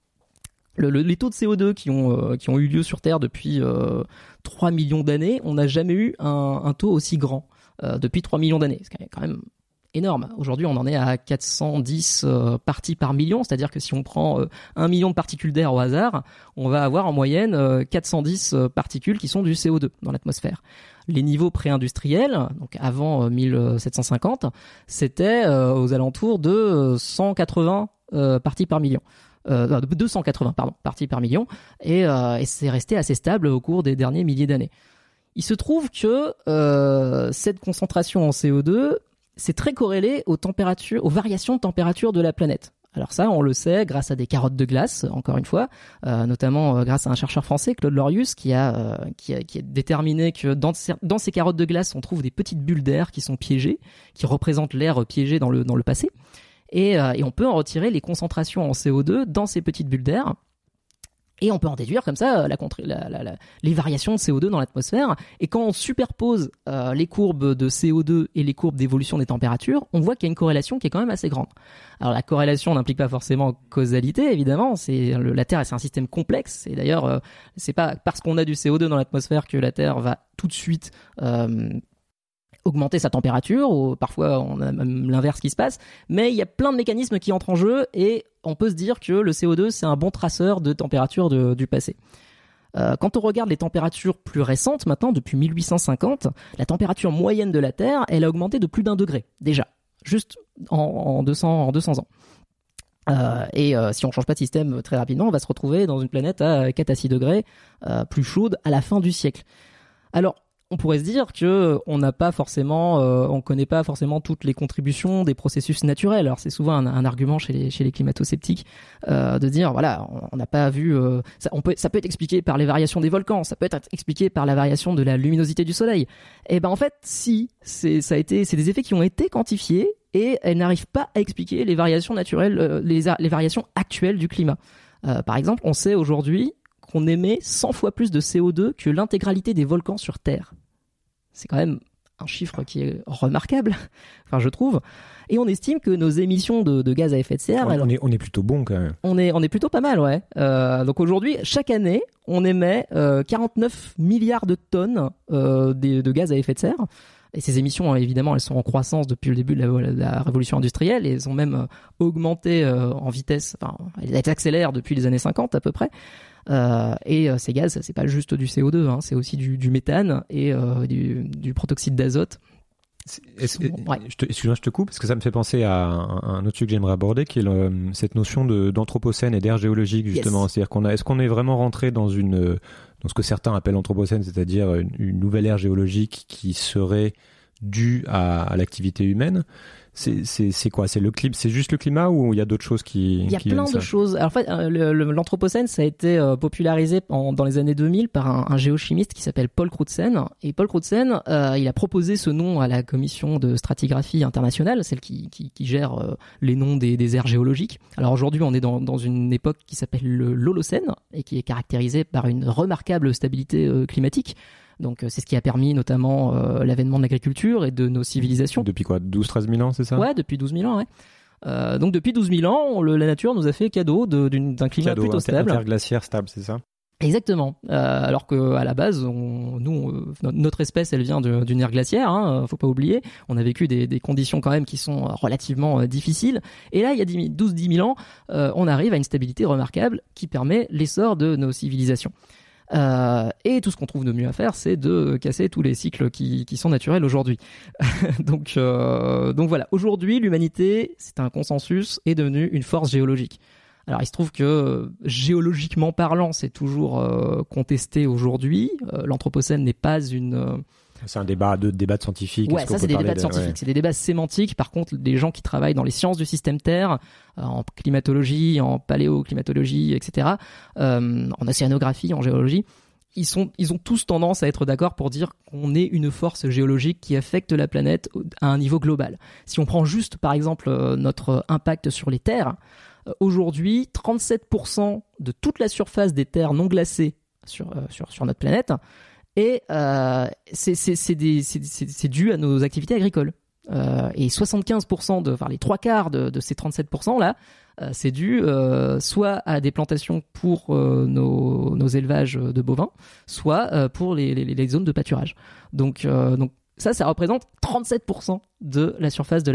Le, le, les taux de C O deux qui ont, euh, qui ont eu lieu sur Terre depuis euh, trois millions d'années, on n'a jamais eu un, un taux aussi grand euh, depuis trois millions d'années. C'est quand même énorme. Aujourd'hui, on en est à quatre cent dix euh, parties par million, c'est-à-dire que si on prend euh, un million de particules d'air au hasard, on va avoir en moyenne euh, quatre cent dix euh, particules qui sont du C O deux dans l'atmosphère. Les niveaux pré-industriels, donc avant euh, mille sept cent cinquante, c'était euh, aux alentours de cent quatre-vingts euh, parties par million. Euh, deux cent quatre-vingts pardon, parties par million, et, euh, et c'est resté assez stable au cours des derniers milliers d'années. Il se trouve que euh, cette concentration en C O deux, c'est très corrélé aux températures, aux variations de température de la planète. Alors ça, on le sait grâce à des carottes de glace, encore une fois, euh, notamment euh, grâce à un chercheur français, Claude Lorius, qui a, euh, qui a, qui a déterminé que dans, dans ces carottes de glace, on trouve des petites bulles d'air qui sont piégées, qui représentent l'air piégé dans le, dans le passé. Et, euh, et on peut en retirer les concentrations en C O deux dans ces petites bulles d'air. Et on peut en déduire comme ça la, la, la, la, les variations de C O deux dans l'atmosphère. Et quand on superpose euh, les courbes de C O deux et les courbes d'évolution des températures, on voit qu'il y a une corrélation qui est quand même assez grande. Alors la corrélation n'implique pas forcément causalité, évidemment. C'est le, la Terre, c'est un système complexe. Et d'ailleurs, euh, c'est pas parce qu'on a du C O deux dans l'atmosphère que la Terre va tout de suite euh, augmenter sa température, ou parfois on a même l'inverse qui se passe, mais il y a plein de mécanismes qui entrent en jeu et on peut se dire que le C O deux c'est un bon traceur de température de, du passé. Euh, quand on regarde les températures plus récentes, maintenant depuis mille huit cent cinquante, la température moyenne de la Terre, elle a augmenté de plus d'un degré, déjà, juste en, en, deux cents, en deux cents ans. Euh, et euh, si on change pas de système très rapidement, on va se retrouver dans une planète à quatre à six degrés euh, plus chaude à la fin du siècle. Alors, on pourrait se dire que on n'a pas forcément, euh, on connaît pas forcément toutes les contributions des processus naturels. Alors c'est souvent un, un argument chez les chez les climato-sceptiques euh, de dire voilà, on n'a pas vu, euh, ça, on peut, ça peut être expliqué par les variations des volcans, ça peut être expliqué par la variation de la luminosité du soleil. Et ben en fait, si, c'est ça a été, c'est des effets qui ont été quantifiés et elles n'arrivent pas à expliquer les variations naturelles, euh, les les variations actuelles du climat. Euh, par exemple, on sait aujourd'hui qu'on émet cent fois plus de C O deux que l'intégralité des volcans sur Terre. C'est quand même un chiffre qui est remarquable, enfin je trouve. Et on estime que nos émissions de, de gaz à effet de serre... On, alors, on, est, on est plutôt bon quand même. On est, on est plutôt pas mal, ouais. Euh, donc aujourd'hui, chaque année, on émet euh, quarante-neuf milliards de tonnes euh, de, de gaz à effet de serre. Et ces émissions, évidemment, elles sont en croissance depuis le début de la, la révolution industrielle et elles ont même augmenté euh, en vitesse, enfin, elles accélèrent depuis les années cinquante à peu près. Euh, et euh, ces gaz, c'est pas juste du C O deux, hein, c'est aussi du, du méthane et euh, du, du protoxyde d'azote. Est-ce, sont, ouais. je te, excuse-moi, je te coupe parce que ça me fait penser à un, un autre sujet que j'aimerais aborder, qui est le, cette notion de, d'anthropocène et d'ère géologique justement. Yes. C'est-à-dire qu'on a, est-ce qu'on est vraiment rentré dans une, dans ce que certains appellent anthropocène, c'est-à-dire une, une nouvelle ère géologique qui serait due à, à l'activité humaine? C'est, c'est, c'est quoi? C'est le climat, c'est juste le climat ou il y a d'autres choses qui... Il y a qui plein de choses. Alors, en fait, le, le, l'anthropocène, ça a été euh, popularisé en, dans les années deux mille par un, un géochimiste qui s'appelle Paul Crutzen. Et Paul Crutzen, euh, il a proposé ce nom à la commission de stratigraphie internationale, celle qui, qui, qui gère euh, les noms des, des aires géologiques. Alors aujourd'hui, on est dans, dans une époque qui s'appelle le, l'Holocène et qui est caractérisée par une remarquable stabilité euh, climatique. Donc c'est ce qui a permis notamment euh, l'avènement de l'agriculture et de nos civilisations. Depuis quoi, douze treize mille ans, c'est ça? Ouais, depuis douze mille ans, ouais. Euh, donc depuis douze mille ans, on, le, la nature nous a fait cadeau de, d'une, d'un climat cadeau, plutôt inter- stable. Interglaciaire stable, c'est ça? Exactement. Euh, alors que à la base, on, nous, on, notre espèce, elle vient de, d'une ère glaciaire. Hein, faut pas oublier. On a vécu des, des conditions quand même qui sont relativement euh, difficiles. Et là, il y a douze dix mille ans, euh, on arrive à une stabilité remarquable qui permet l'essor de nos civilisations. Euh, et tout ce qu'on trouve de mieux à faire, c'est de casser tous les cycles qui, qui sont naturels aujourd'hui. donc, euh, donc voilà, aujourd'hui, l'humanité, c'est un consensus, est devenue une force géologique. Alors il se trouve que géologiquement parlant, c'est toujours euh, contesté aujourd'hui. Euh, l'anthropocène n'est pas une... Euh, C'est un débat de débat de scientifique. Ouais, ça c'est des débats de scientifiques, ouais. C'est des débats sémantiques. Par contre, des gens qui travaillent dans les sciences du système Terre, euh, en climatologie, en paléoclimatologie, et cetera, euh, en océanographie, en géologie, ils sont, ils ont tous tendance à être d'accord pour dire qu'on est une force géologique qui affecte la planète à un niveau global. Si on prend juste, par exemple, euh, notre impact sur les terres, euh, aujourd'hui, trente-sept pour cent de toute la surface des terres non glacées sur, euh, sur, sur notre planète. Et euh, c'est, c'est, c'est, des, c'est, c'est, c'est dû à nos activités agricoles. Euh, et soixante-quinze pour cent, de, enfin les trois quarts de, de ces trente-sept pour cent là, euh, c'est dû euh, soit à des plantations pour euh, nos, nos élevages de bovins, soit euh, pour les, les, les zones de pâturage. Donc, euh, donc ça, ça représente trente-sept pour cent de la surface de la Terre.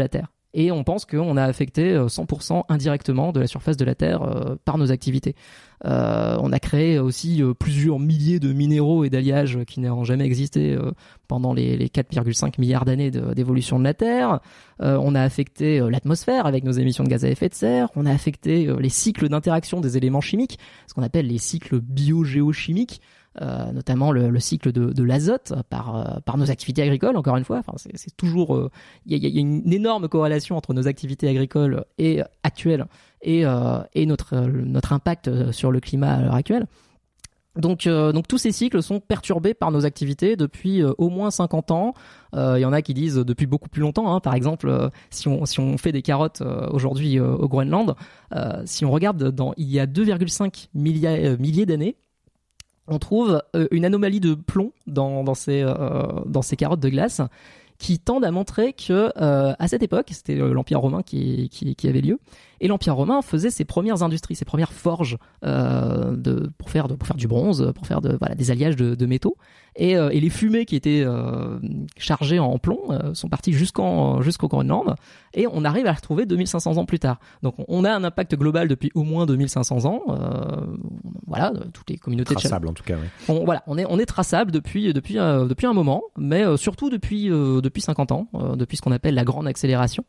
Et on pense qu'on a affecté cent pour cent indirectement de la surface de la Terre euh, par nos activités. Euh, on a créé aussi euh, plusieurs milliers de minéraux et d'alliages qui n'ont jamais existé euh, pendant les, les quatre virgule cinq milliards d'années de, d'évolution de la Terre. Euh, on a affecté euh, l'atmosphère avec nos émissions de gaz à effet de serre. On a affecté euh, les cycles d'interaction des éléments chimiques, ce qu'on appelle les cycles biogéochimiques. Euh, notamment le, le cycle de, de l'azote par, euh, par nos activités agricoles, encore une fois. Enfin, c'est, c'est toujours... Il euh, y, y a une énorme corrélation entre nos activités agricoles et, actuelles et, euh, et notre, notre impact sur le climat à l'heure actuelle. Donc, euh, donc tous ces cycles sont perturbés par nos activités depuis euh, au moins cinquante ans. Il euh, y en a qui disent depuis beaucoup plus longtemps. Hein. Par exemple, euh, si, on, si on fait des carottes euh, aujourd'hui euh, au Groenland, euh, si on regarde dans, il y a deux virgule cinq milliers, euh, milliers d'années, on trouve euh, une anomalie de plomb dans, dans, ces, euh, dans ces carottes de glace qui tendent à montrer que euh, à cette époque, c'était euh, l'Empire romain qui, qui, qui avait lieu, et l'Empire romain faisait ses premières industries, ses premières forges euh, de, pour, faire de, pour faire du bronze, pour faire de, voilà, des alliages de, de métaux, et, euh, et les fumées qui étaient euh, chargées en plomb euh, sont parties jusqu'en, jusqu'au Groenland, et on arrive à les retrouver deux mille cinq cents ans plus tard. Donc on a un impact global depuis au moins deux mille cinq cents ans, euh, voilà, toutes les communautés... Traçable en tout cas, oui. On, voilà, on est, on est traçable depuis, depuis, euh, depuis un moment, mais euh, surtout depuis, euh, depuis cinquante ans, euh, depuis ce qu'on appelle la grande accélération.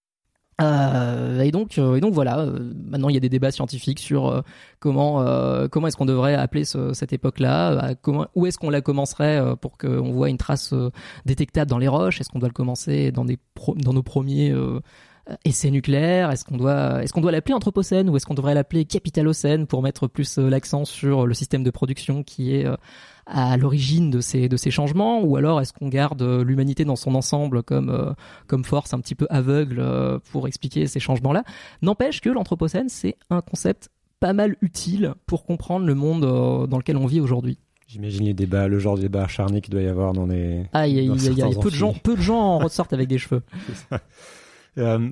Euh, et donc, euh, et donc voilà. Euh, maintenant, il y a des débats scientifiques sur euh, comment, euh, comment est-ce qu'on devrait appeler ce, cette époque-là, euh, comment, où est-ce qu'on la commencerait euh, pour qu'on voit une trace euh, détectable dans les roches. Est-ce qu'on doit le commencer dans des, pro- dans nos premiers euh, essais nucléaires? Est-ce qu'on doit, est-ce qu'on doit l'appeler Anthropocène ou est-ce qu'on devrait l'appeler Capitalocène pour mettre plus euh, l'accent sur le système de production qui est euh, à l'origine de ces de ces changements, ou alors est-ce qu'on garde l'humanité dans son ensemble comme euh, comme force un petit peu aveugle euh, pour expliquer ces changements-là? N'empêche que l'Anthropocène, c'est un concept pas mal utile pour comprendre le monde euh, dans lequel on vit aujourd'hui. J'imagine les débats, le genre de débat acharné qu'il doit y avoir dans les. Ah, il y a, y a, y a peu de gens, peu de gens en ressortent avec des cheveux. C'est ça. Euh,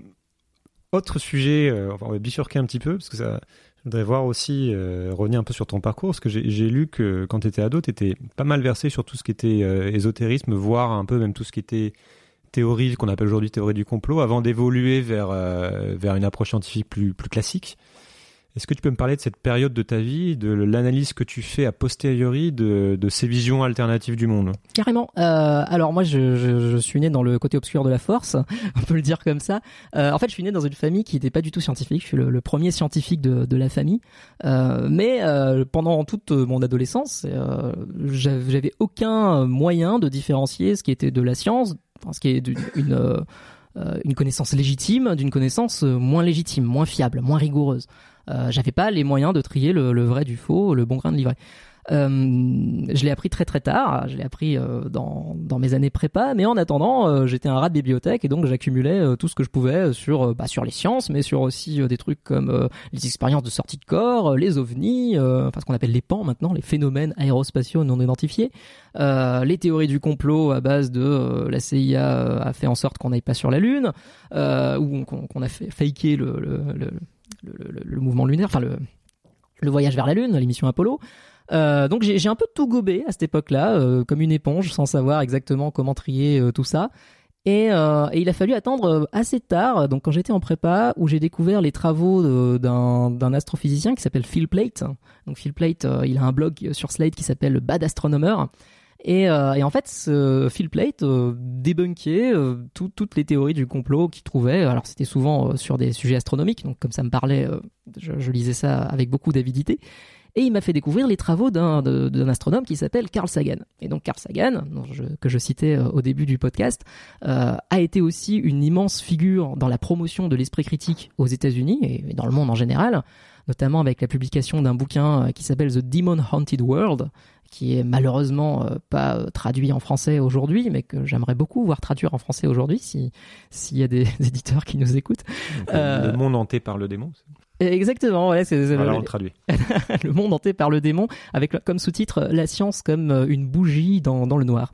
autre sujet, euh, enfin, on va bifurquer un petit peu parce que ça. Je voudrais voir aussi, euh, revenir un peu sur ton parcours, parce que j'ai, j'ai lu que quand tu étais ado, tu étais pas mal versé sur tout ce qui était euh, ésotérisme, voire un peu même tout ce qui était théorie, qu'on appelle aujourd'hui théorie du complot, avant d'évoluer vers, euh, vers une approche scientifique plus, plus classique. Est-ce que tu peux me parler de cette période de ta vie, de l'analyse que tu fais a posteriori de, de ces visions alternatives du monde? Carrément. Euh, alors moi, je, je, je suis né dans le côté obscur de la force, on peut le dire comme ça. Euh, en fait, je suis né dans une famille qui n'était pas du tout scientifique. Je suis le, le premier scientifique de, de la famille. Euh, mais euh, pendant toute mon adolescence, euh, j'avais, j'avais aucun moyen de différencier ce qui était de la science, enfin, ce qui est d'une, une, euh, une connaissance légitime d'une connaissance moins légitime, moins fiable, moins rigoureuse. Euh, j'avais pas les moyens de trier le, le vrai du faux, le bon grain de l'ivraie. Euh, je l'ai appris très très tard, je l'ai appris euh, dans, dans mes années prépa, mais en attendant, euh, j'étais un rat de bibliothèque et donc j'accumulais euh, tout ce que je pouvais sur, euh, bah, sur les sciences, mais sur aussi euh, des trucs comme euh, les expériences de sortie de corps, euh, les ovnis, euh, enfin ce qu'on appelle les P A N maintenant, les phénomènes aérospatiaux non identifiés, euh, les théories du complot à base de euh, la C I A a fait en sorte qu'on n'aille pas sur la Lune, euh, ou qu'on, qu'on a fait faker le, le, le, le, le, le mouvement lunaire, enfin le, le voyage vers la Lune, l'émission Apollo. Euh, donc j'ai, j'ai un peu tout gobé à cette époque-là, euh, comme une éponge, sans savoir exactement comment trier euh, tout ça. Et, euh, et il a fallu attendre assez tard, donc quand j'étais en prépa, où j'ai découvert les travaux de, d'un, d'un astrophysicien qui s'appelle Phil Plait. Donc Phil Plait, euh, il a un blog sur Slate qui s'appelle Bad Astronomer. Et, euh, et en fait, ce Phil Plait euh, débunkait euh, tout, toutes les théories du complot qu'il trouvait. Alors c'était souvent euh, sur des sujets astronomiques, donc comme ça me parlait, euh, je, je lisais ça avec beaucoup d'avidité. Et il m'a fait découvrir les travaux d'un, de, d'un astronome qui s'appelle Carl Sagan. Et donc Carl Sagan, dont je, que je citais au début du podcast, euh, a été aussi une immense figure dans la promotion de l'esprit critique aux États-Unis et dans le monde en général, notamment avec la publication d'un bouquin qui s'appelle The Demon Haunted World, qui est malheureusement euh, pas traduit en français aujourd'hui, mais que j'aimerais beaucoup voir traduire en français aujourd'hui, si s'il y a des éditeurs qui nous écoutent. Donc, euh, le monde hanté par le démon. Exactement, voilà, c'est, c'est voilà, le, on le traduit. Le monde hanté par le démon, avec comme sous-titre la science comme une bougie dans, dans le noir.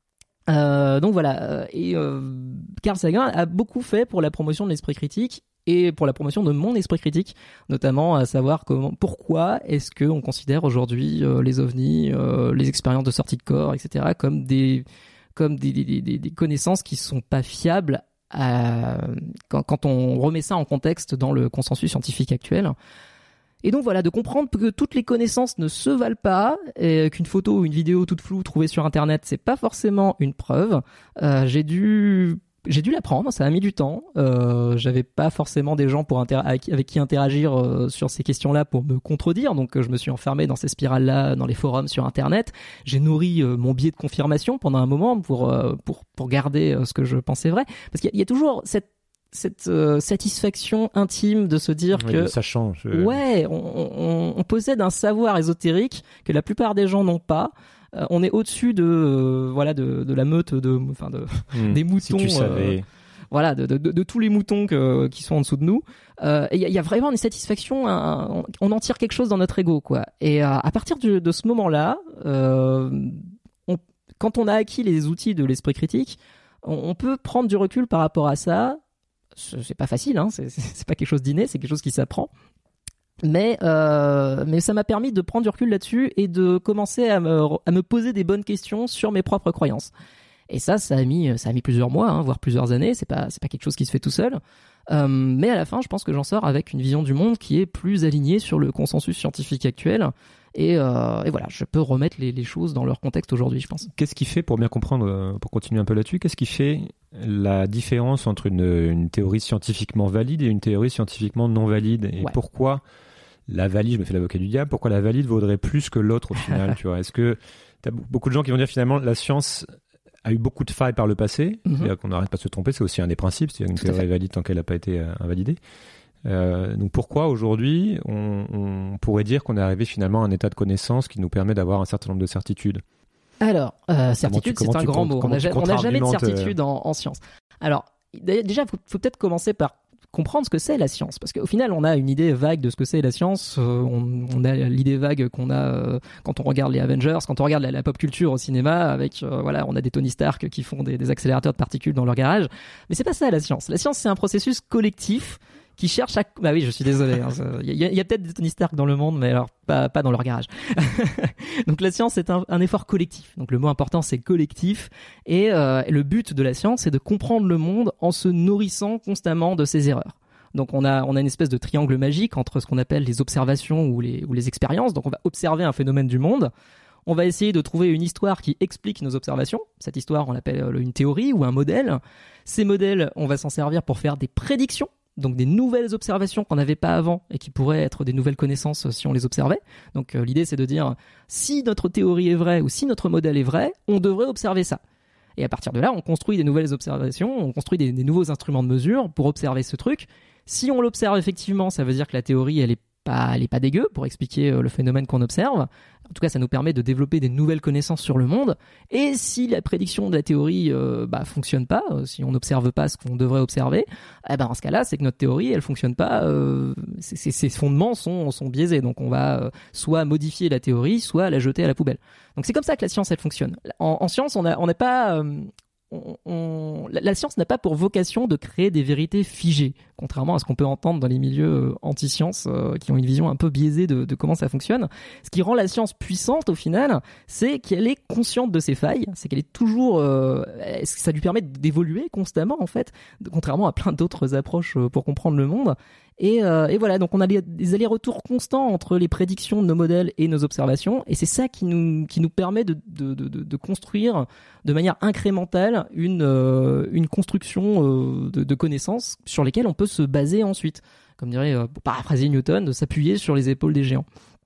Euh, donc voilà, et euh, Carl Sagan a beaucoup fait pour la promotion de l'esprit critique et pour la promotion de mon esprit critique, notamment à savoir comment, pourquoi est-ce que on considère aujourd'hui euh, les ovnis, euh, les expériences de sortie de corps, et cetera, comme des comme des, des, des, des connaissances qui sont pas fiables à, quand, quand on remet ça en contexte dans le consensus scientifique actuel. Et donc voilà, de comprendre que toutes les connaissances ne se valent pas, et qu'une photo ou une vidéo toute floue trouvée sur Internet, c'est pas forcément une preuve. Euh, j'ai dû, j'ai dû l'apprendre, ça a mis du temps. Euh, j'avais pas forcément des gens pour inter- avec, avec qui interagir euh, sur ces questions-là pour me contredire, donc euh, je me suis enfermé dans ces spirales-là, dans les forums sur Internet. J'ai nourri euh, mon biais de confirmation pendant un moment pour euh, pour pour garder euh, ce que je pensais vrai, parce qu'il y a, il y a toujours cette cette euh, satisfaction intime de se dire oui, que ça change. Euh... ouais, on, on, on possède un savoir ésotérique que la plupart des gens n'ont pas. Euh, on est au-dessus de euh, voilà de, de la meute de enfin de mmh, des moutons. Si tu savais. Euh, voilà, de, de, de, de tous les moutons que, qui sont en dessous de nous. Euh, il y, y a vraiment une satisfaction. Un, on, on en tire quelque chose dans notre ego, quoi. Et euh, à partir de, de ce moment-là, euh, on, quand on a acquis les outils de l'esprit critique, on, on peut prendre du recul par rapport à ça. C'est pas facile, hein, c'est, c'est pas quelque chose d'inné, c'est quelque chose qui s'apprend. Mais, euh, mais ça m'a permis de prendre du recul là-dessus et de commencer à me, à me poser des bonnes questions sur mes propres croyances. Et ça, ça a mis, ça a mis plusieurs mois, hein, voire plusieurs années. C'est pas, c'est pas quelque chose qui se fait tout seul. Euh, mais à la fin, je pense que j'en sors avec une vision du monde qui est plus alignée sur le consensus scientifique actuel. Et, euh, et voilà, je peux remettre les, les choses dans leur contexte aujourd'hui, je pense. Qu'est-ce qui fait, pour bien comprendre, pour continuer un peu là-dessus, qu'est-ce qui fait la différence entre une, une théorie scientifiquement valide et une théorie scientifiquement non valide? Et ouais. Pourquoi la valide, je me fais l'avocat du diable, pourquoi la valide vaudrait plus que l'autre au final? Tu vois, est-ce que t'as beaucoup de gens qui vont dire finalement la science a eu beaucoup de failles par le passé, mm-hmm. c'est-à-dire qu'on n'arrête pas de se tromper, c'est aussi un des principes, c'est-à-dire une théorie est valide tant qu'elle n'a pas été euh, invalidée. Euh, donc pourquoi aujourd'hui on, on pourrait dire qu'on est arrivé finalement à un état de connaissance qui nous permet d'avoir un certain nombre de certitudes? Alors, euh, certitude, c'est un grand mot. On n'a jamais de certitude euh... en, en science. Alors, déjà, il faut, faut peut-être commencer par comprendre ce que c'est la science, parce qu'au final on a une idée vague de ce que c'est la science. Euh, on, on a l'idée vague qu'on a euh, quand on regarde les Avengers, quand on regarde la, la pop culture au cinéma, avec euh, voilà, on a des Tony Stark qui font des, des accélérateurs de particules dans leur garage. Mais c'est pas ça la science. La science, c'est un processus collectif qui cherche à... Bah oui, je suis désolé. Il hein, y a, y a peut-être des Tony Stark dans le monde, mais alors pas, pas dans leur garage. Donc la science, c'est un, un effort collectif. Donc le mot important, c'est collectif. Et, euh, et le but de la science, c'est de comprendre le monde en se nourrissant constamment de ses erreurs. Donc on a, on a une espèce de triangle magique entre ce qu'on appelle les observations ou les, ou les expériences. Donc on va observer un phénomène du monde. On va essayer de trouver une histoire qui explique nos observations. Cette histoire, on l'appelle une théorie ou un modèle. Ces modèles, on va s'en servir pour faire des prédictions. Donc des nouvelles observations qu'on n'avait pas avant et qui pourraient être des nouvelles connaissances si on les observait. Donc euh, l'idée, c'est de dire si notre théorie est vraie ou si notre modèle est vrai, on devrait observer ça. Et à partir de là, on construit des nouvelles observations, on construit des, des nouveaux instruments de mesure pour observer ce truc. Si on l'observe effectivement, ça veut dire que la théorie, elle est pas, elle est pas dégueu pour expliquer le phénomène qu'on observe. En tout cas, ça nous permet de développer des nouvelles connaissances sur le monde. Et si la prédiction de la théorie euh, bah, fonctionne pas, euh, si on n'observe pas ce qu'on devrait observer, eh ben, dans ce cas-là, c'est que notre théorie, elle fonctionne pas, euh, ses fondements sont, sont biaisés. Donc on va euh, soit modifier la théorie, soit la jeter à la poubelle. Donc c'est comme ça que la science, elle fonctionne. En, en science, on n'a on pas... Euh, On, on, la, la science n'a pas pour vocation de créer des vérités figées, contrairement à ce qu'on peut entendre dans les milieux euh, anti-science euh, qui ont une vision un peu biaisée de, de comment ça fonctionne. Ce qui rend la science puissante au final, c'est qu'elle est consciente de ses failles, c'est qu'elle est toujours, euh, ça lui permet d'évoluer constamment en fait, contrairement à plein d'autres approches euh, pour comprendre le monde. Et, euh, et voilà, donc on a des, des allers-retours constants entre les prédictions de nos modèles et nos observations, et c'est ça qui nous qui nous permet de de de, de construire de manière incrémentale une euh, une construction euh, de, de connaissances sur lesquelles on peut se baser ensuite, comme dirait euh, pour paraphraser Newton, de s'appuyer sur les épaules des géants.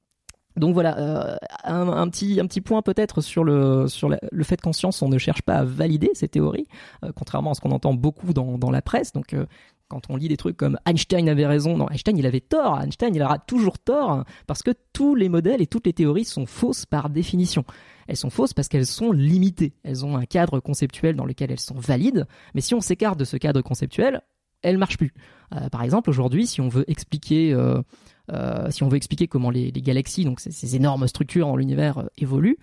Donc voilà, euh, un, un petit un petit point peut-être sur le sur la, le fait qu'en science on ne cherche pas à valider ces théories, euh, contrairement à ce qu'on entend beaucoup dans dans la presse. Donc euh, quand on lit des trucs comme Einstein avait raison, non, Einstein il avait tort, Einstein il aura toujours tort, parce que tous les modèles et toutes les théories sont fausses par définition. Elles sont fausses parce qu'elles sont limitées, elles ont un cadre conceptuel dans lequel elles sont valides, mais si on s'écarte de ce cadre conceptuel, elles marchent plus. Euh, par exemple, aujourd'hui, si on veut expliquer, euh, euh, si on veut expliquer comment les, les galaxies, donc ces, ces énormes structures dans l'univers, euh, évoluent,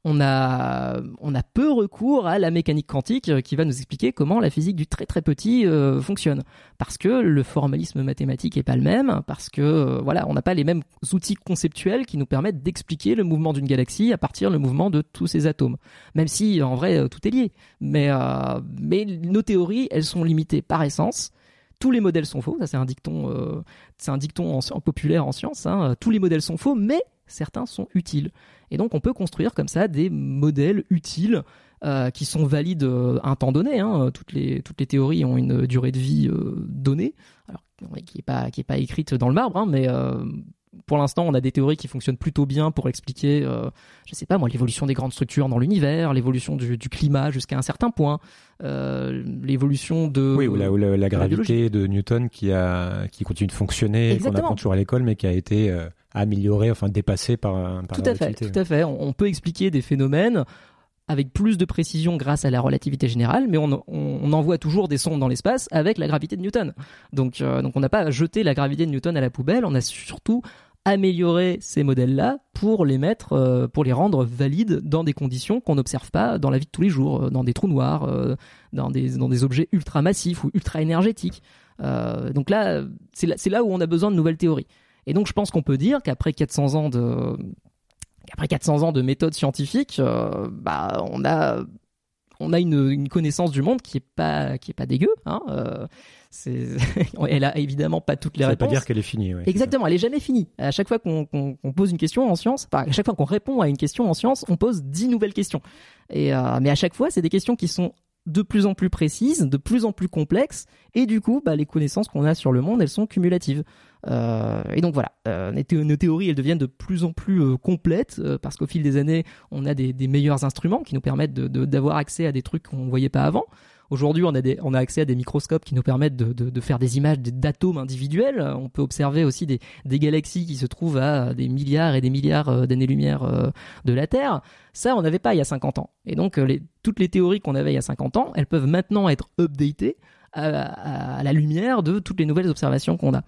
on a, on a peu recours à la mécanique quantique qui va nous expliquer comment la physique du très très petit euh, fonctionne. Parce que le formalisme mathématique est pas le même, parce que euh, voilà, on n'a pas les mêmes outils conceptuels qui nous permettent d'expliquer le mouvement d'une galaxie à partir du mouvement de tous ces atomes. Même si en vrai tout est lié, mais euh, mais nos théories, elles sont limitées par essence. Tous les modèles sont faux, ça c'est un dicton, euh, c'est un dicton en, en populaire en sciences. Hein. Tous les modèles sont faux, mais certains sont utiles. Et donc on peut construire comme ça des modèles utiles euh, qui sont valides euh, à un temps donné. Hein. Toutes les toutes les théories ont une durée de vie euh, donnée, alors qui est pas qui est pas écrite dans le marbre, hein, mais euh, pour l'instant, on a des théories qui fonctionnent plutôt bien pour expliquer, euh, je sais pas moi, l'évolution des grandes structures dans l'univers, l'évolution du, du climat jusqu'à un certain point, euh, l'évolution de oui, ou la, ou la, la gravité de Newton qui a qui continue de fonctionner, et qu'on apprend toujours à l'école, mais qui a été euh, améliorée, enfin dépassée par, par tout la à fait, relativité. Tout à fait. On, on peut expliquer des phénomènes avec plus de précision grâce à la relativité générale, mais on, on, on envoie toujours des sondes dans l'espace avec la gravité de Newton. Donc, euh, donc on n'a pas jeté la gravité de Newton à la poubelle, on a surtout amélioré ces modèles-là pour les mettre, euh, pour les rendre valides dans des conditions qu'on n'observe pas dans la vie de tous les jours, euh, dans des trous noirs, euh, dans des dans des objets ultra massifs ou ultra énergétiques. Euh, donc là, c'est là, c'est là où on a besoin de nouvelles théories. Et donc je pense qu'on peut dire qu'après quatre cents ans de Après quatre cents ans de méthode scientifique, euh, bah on a on a une, une connaissance du monde qui est pas qui est pas dégueu. Hein, euh, c'est elle a évidemment pas toutes les ça réponses. Ça veut pas dire qu'elle est finie. Ouais, exactement, elle est jamais finie. À chaque fois qu'on, qu'on, qu'on pose une question en science, enfin à chaque fois qu'on répond à une question en science, on pose dix nouvelles questions. Et euh, mais à chaque fois, c'est des questions qui sont de plus en plus précises, de plus en plus complexes, et du coup, bah, les connaissances qu'on a sur le monde, elles sont cumulatives. Euh, et donc voilà, euh, nos théories, elles deviennent de plus en plus euh, complètes, euh, parce qu'au fil des années, on a des, des meilleurs instruments qui nous permettent de, de, d'avoir accès à des trucs qu'on ne voyait pas avant. Aujourd'hui, on a, des, on a accès à des microscopes qui nous permettent de, de, de faire des images d'atomes individuels. On peut observer aussi des, des galaxies qui se trouvent à des milliards et des milliards d'années-lumière de la Terre. Ça, on n'avait pas il y a cinquante ans. Et donc, les, toutes les théories qu'on avait il y a cinquante ans, elles peuvent maintenant être updatées à, à, à la lumière de toutes les nouvelles observations qu'on a.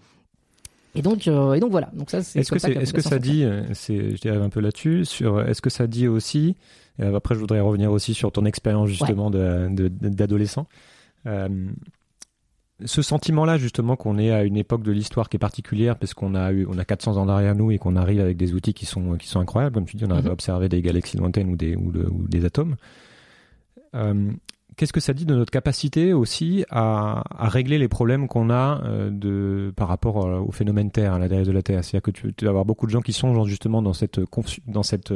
Et donc, euh, et donc voilà. Donc ça, c'est est-ce que, c'est, est-ce que ça dit, c'est, je dirais un peu là-dessus, sur, est-ce que ça dit aussi, euh, après je voudrais revenir aussi sur ton expérience justement ouais. de, de, d'adolescent, euh, ce sentiment-là justement qu'on est à une époque de l'histoire qui est particulière parce qu'on a eu, on a quatre cents ans derrière nous et qu'on arrive avec des outils qui sont, qui sont incroyables, comme tu dis, on a mm-hmm. observé des galaxies lointaines ou des, ou, le, ou des atomes. Euh, Qu'est-ce que ça dit de notre capacité aussi à, à régler les problèmes qu'on a euh, de, par rapport euh, au phénomène Terre, à l'intérieur de la Terre? C'est-à-dire que tu, tu vas avoir beaucoup de gens qui sont justement dans cette, confi- dans cette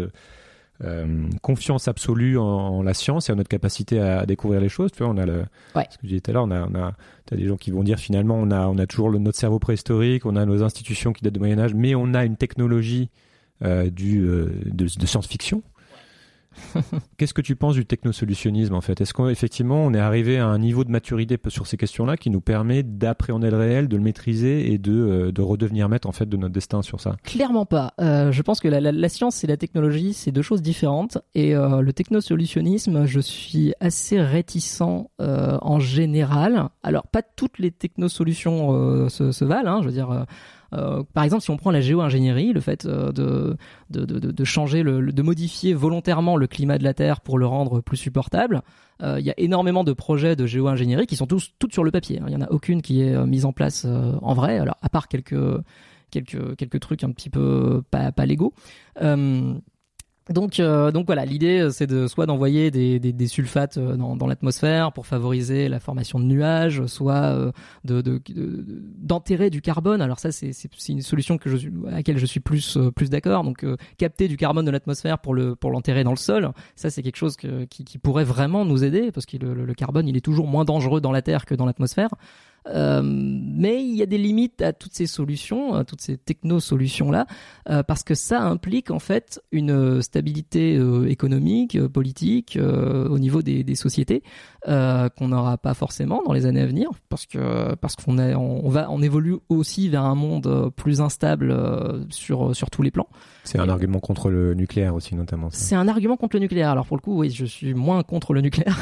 euh, confiance absolue en, en la science et en notre capacité à, à découvrir les choses. Tu vois, on a le, ouais. ce que je disais tout à l'heure, on a, on a, t'as des gens qui vont dire finalement on a, on a toujours le, notre cerveau préhistorique, on a nos institutions qui datent du Moyen-Âge, mais on a une technologie euh, du, euh, de, de science-fiction. Qu'est-ce que tu penses du technosolutionnisme en fait? Est-ce qu'effectivement on est arrivé à un niveau de maturité sur ces questions-là qui nous permet d'appréhender le réel, de le maîtriser et de, euh, de redevenir maître en fait de notre destin sur ça? Clairement pas. Euh, je pense que la, la, la science et la technologie c'est deux choses différentes et euh, le technosolutionnisme, je suis assez réticent euh, en général. Alors pas toutes les technosolutions euh, se, se valent, hein, je veux dire. Euh, Euh, par exemple, si on prend la géo-ingénierie, le fait euh, de, de, de, de changer, le, de modifier volontairement le climat de la Terre pour le rendre plus supportable, euh, il y a énormément de projets de géo-ingénierie qui sont tous toutes sur le papier. Hein. Il y en a aucune qui est euh, mise en place euh, en vrai. Alors, à part quelques quelques quelques trucs un petit peu pas pas légaux. Euh, Donc, euh, donc voilà, l'idée c'est de soit d'envoyer des, des, des sulfates dans, dans l'atmosphère pour favoriser la formation de nuages, soit euh, de, de, de, d'enterrer du carbone. Alors ça, c'est, c'est, c'est une solution que je, à laquelle je suis plus euh, plus d'accord. Donc euh, capter du carbone de l'atmosphère pour le pour l'enterrer dans le sol, ça c'est quelque chose que, qui, qui pourrait vraiment nous aider parce que le, le carbone il est toujours moins dangereux dans la Terre que dans l'atmosphère. Euh, mais il y a des limites à toutes ces solutions, à toutes ces techno-solutions-là, euh, parce que ça implique en fait une stabilité euh, économique, euh, politique, euh, au niveau des, des sociétés, euh, qu'on n'aura pas forcément dans les années à venir, parce que parce qu'on a, on va, on évolue aussi vers un monde plus instable euh, sur sur tous les plans. C'est un Et, argument contre le nucléaire aussi notamment. Ça. C'est un argument contre le nucléaire. Alors pour le coup, oui, je suis moins contre le nucléaire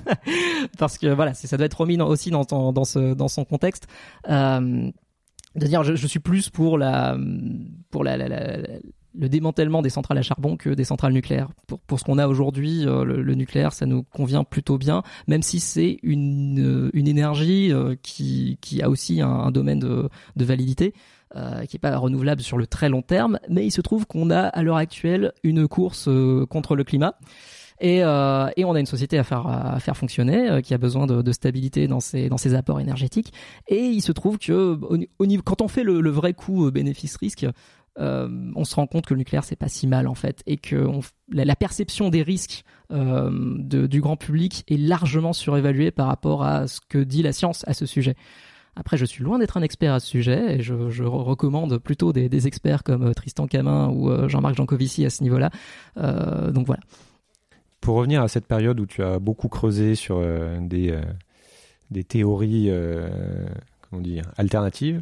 parce que voilà, c'est, ça doit être remis dans, aussi dans dans, dans ce dans son contexte. Euh, de dire, je, je suis plus pour la pour la, la, la le démantèlement des centrales à charbon que des centrales nucléaires. Pour, pour ce qu'on a aujourd'hui, euh, le, le nucléaire, ça nous convient plutôt bien, même si c'est une, une énergie euh, qui, qui a aussi un, un domaine de, de validité. Euh, qui n'est pas renouvelable sur le très long terme, mais il se trouve qu'on a à l'heure actuelle une course euh, contre le climat et, euh, et on a une société à faire, à faire fonctionner euh, qui a besoin de, de stabilité dans ses, dans ses apports énergétiques et il se trouve que au, au niveau, quand on fait le, le vrai coût bénéfice-risque, euh, on se rend compte que le nucléaire c'est pas si mal en fait et que on, la, la perception des risques euh, de, du grand public est largement surévaluée par rapport à ce que dit la science à ce sujet. Après, je suis loin d'être un expert à ce sujet et je, je recommande plutôt des, des experts comme Tristan Camin ou Jean-Marc Jancovici à ce niveau-là. Euh, donc voilà. Pour revenir à cette période où tu as beaucoup creusé sur euh, des, euh, des théories euh, comment dire, alternatives,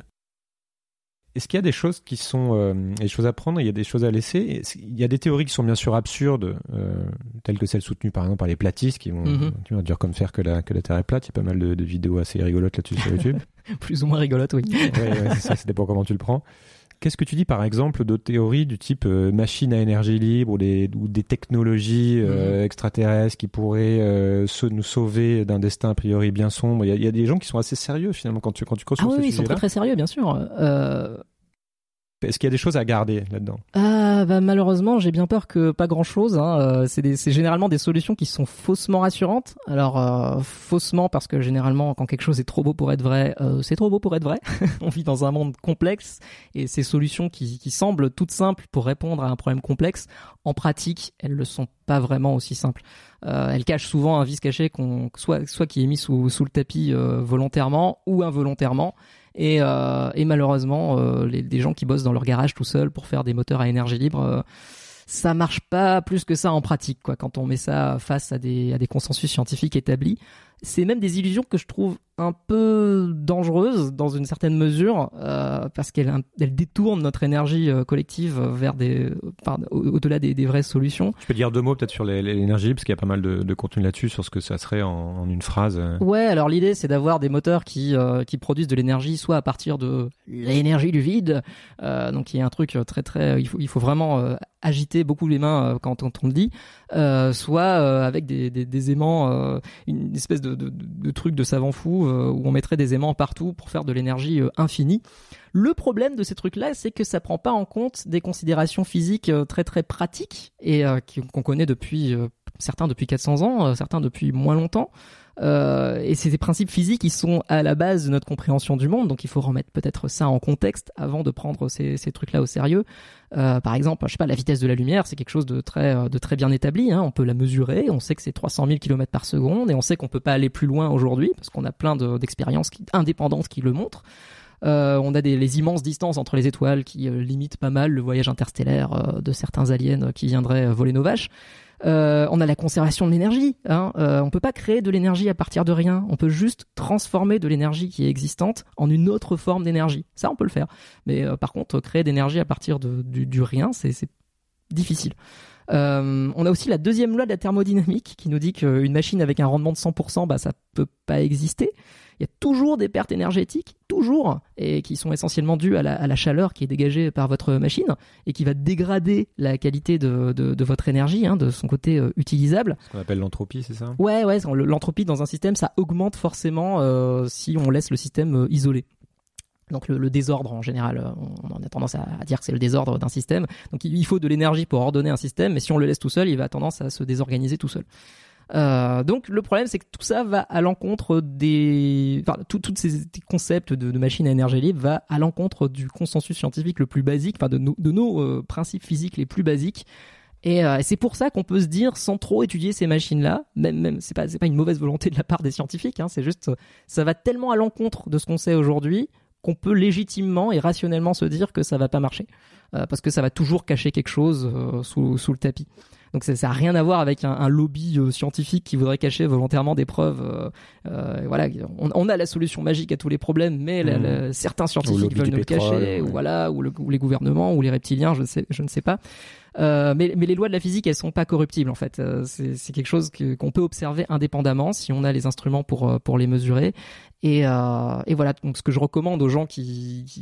est-ce qu'il y a des choses qui sont euh, des choses à prendre, il y a des choses à laisser? Il y a des théories qui sont bien sûr absurdes, euh, telles que celles soutenues par exemple par les platistes qui vont, mm-hmm. qui vont dire comme faire que la, que la Terre est plate. Il y a pas mal de, de vidéos assez rigolotes là-dessus sur YouTube. Plus ou moins rigolotes, oui. ouais, ouais, c'est ça, ça dépend comment tu le prends. Qu'est-ce que tu dis par exemple de théories du type euh, machine à énergie libre ou des, ou des technologies euh, mmh. extraterrestres qui pourraient euh, se, nous sauver d'un destin a priori bien sombre? Il y a, il y a des gens qui sont assez sérieux finalement quand tu, quand tu creuses ah sur oui, ces oui, sujets-là. Ils sont très très sérieux bien sûr. Euh... Est-ce qu'il y a des choses à garder là-dedans? Ah bah malheureusement, j'ai bien peur que pas grand-chose. Hein. Euh, c'est, des, c'est généralement des solutions qui sont faussement rassurantes. Alors euh, faussement parce que généralement, quand quelque chose est trop beau pour être vrai, euh, c'est trop beau pour être vrai. On vit dans un monde complexe et ces solutions qui, qui semblent toutes simples pour répondre à un problème complexe, en pratique, elles le sont pas vraiment aussi simples. Euh, elles cachent souvent un vice caché qu'on soit soit qui est mis sous sous le tapis euh, volontairement ou involontairement. Et, euh, et malheureusement, euh, les, les gens qui bossent dans leur garage tout seuls pour faire des moteurs à énergie libre, euh, ça marche pas plus que ça en pratique, quoi. Quand on met ça face à des, à des consensus scientifiques établis, c'est même des illusions que je trouve un peu dangereuses dans une certaine mesure, euh, parce qu'elles elles détournent notre énergie euh, collective vers des, enfin, au- au-delà des, des vraies solutions. Tu peux dire deux mots peut-être sur les, les, l'énergie libre, parce qu'il y a pas mal de, de contenu là-dessus, sur ce que ça serait en, en une phrase. Ouais, alors l'idée c'est d'avoir des moteurs qui euh, qui produisent de l'énergie soit à partir de l'énergie du vide, euh, donc il y a un truc très très, il faut il faut vraiment euh, agiter beaucoup les mains euh, quand, quand on le dit, euh, soit euh, avec des, des, des aimants, euh, une espèce de, de, de, de truc de savant fou euh, où on mettrait des aimants partout pour faire de l'énergie euh, infinie. Le problème de ces trucs-là, c'est que ça prend pas en compte des considérations physiques euh, très très pratiques et euh, qu'on connaît depuis euh, certains depuis quatre cents ans, euh, certains depuis moins longtemps. Euh, et c'est des principes physiques qui sont à la base de notre compréhension du monde, donc il faut remettre peut-être ça en contexte avant de prendre ces, ces trucs-là au sérieux. Euh, par exemple, je sais pas, la vitesse de la lumière, c'est quelque chose de très, de très bien établi, hein. On peut la mesurer, on sait que c'est trois cent mille kilomètres par seconde, et on sait qu'on peut pas aller plus loin aujourd'hui, parce qu'on a plein de, d'expériences qui, indépendantes qui le montrent. Euh, on a des, les immenses distances entre les étoiles qui euh, limitent pas mal le voyage interstellaire euh, de certains aliens qui viendraient euh, voler nos vaches. Euh, on a la conservation de l'énergie. Hein. Euh, on peut pas créer de l'énergie à partir de rien. On peut juste transformer de l'énergie qui est existante en une autre forme d'énergie. Ça, on peut le faire. Mais euh, par contre, créer d'énergie à partir de, du, du rien, c'est, c'est difficile. Euh, on a aussi la deuxième loi de la thermodynamique qui nous dit qu'une machine avec un rendement de cent pour cent, bah, ça peut pas exister. Il y a toujours des pertes énergétiques, toujours, et qui sont essentiellement dues à la, à la chaleur qui est dégagée par votre machine et qui va dégrader la qualité de, de, de votre énergie, hein, de son côté euh, utilisable. Ce qu'on appelle l'entropie, c'est ça? Ouais, ouais, l'entropie dans un système, ça augmente forcément euh, si on laisse le système euh, isolé. Donc le, le désordre en général, on, on a tendance à, à dire que c'est le désordre d'un système. Donc il, il faut de l'énergie pour ordonner un système, mais si on le laisse tout seul, il va tendance à se désorganiser tout seul. Euh, donc le problème c'est que tout ça va à l'encontre des, enfin tous ces concepts de, de machines à énergie libre va à l'encontre du consensus scientifique le plus basique, enfin de nos, de nos euh, principes physiques les plus basiques. Et euh, c'est pour ça qu'on peut se dire, sans trop étudier ces machines-là, même même c'est pas c'est pas une mauvaise volonté de la part des scientifiques, hein, c'est juste ça va tellement à l'encontre de ce qu'on sait aujourd'hui qu'on peut légitimement et rationnellement se dire que ça va pas marcher, euh, parce que ça va toujours cacher quelque chose euh, sous sous le tapis. Donc ça, ça a rien à voir avec un, un lobby euh, scientifique qui voudrait cacher volontairement des preuves. Euh, euh, voilà, on, on a la solution magique à tous les problèmes, mais la, la, certains scientifiques veulent nous le cacher, ouais. ou voilà, ou, le, ou les gouvernements, ou les reptiliens, je ne sais, je ne sais pas. Euh, mais, mais les lois de la physique, elles sont pas corruptibles en fait. Euh, c'est, c'est quelque chose que, qu'on peut observer indépendamment si on a les instruments pour pour les mesurer. Et, euh, et voilà. Donc ce que je recommande aux gens qui, qui, qui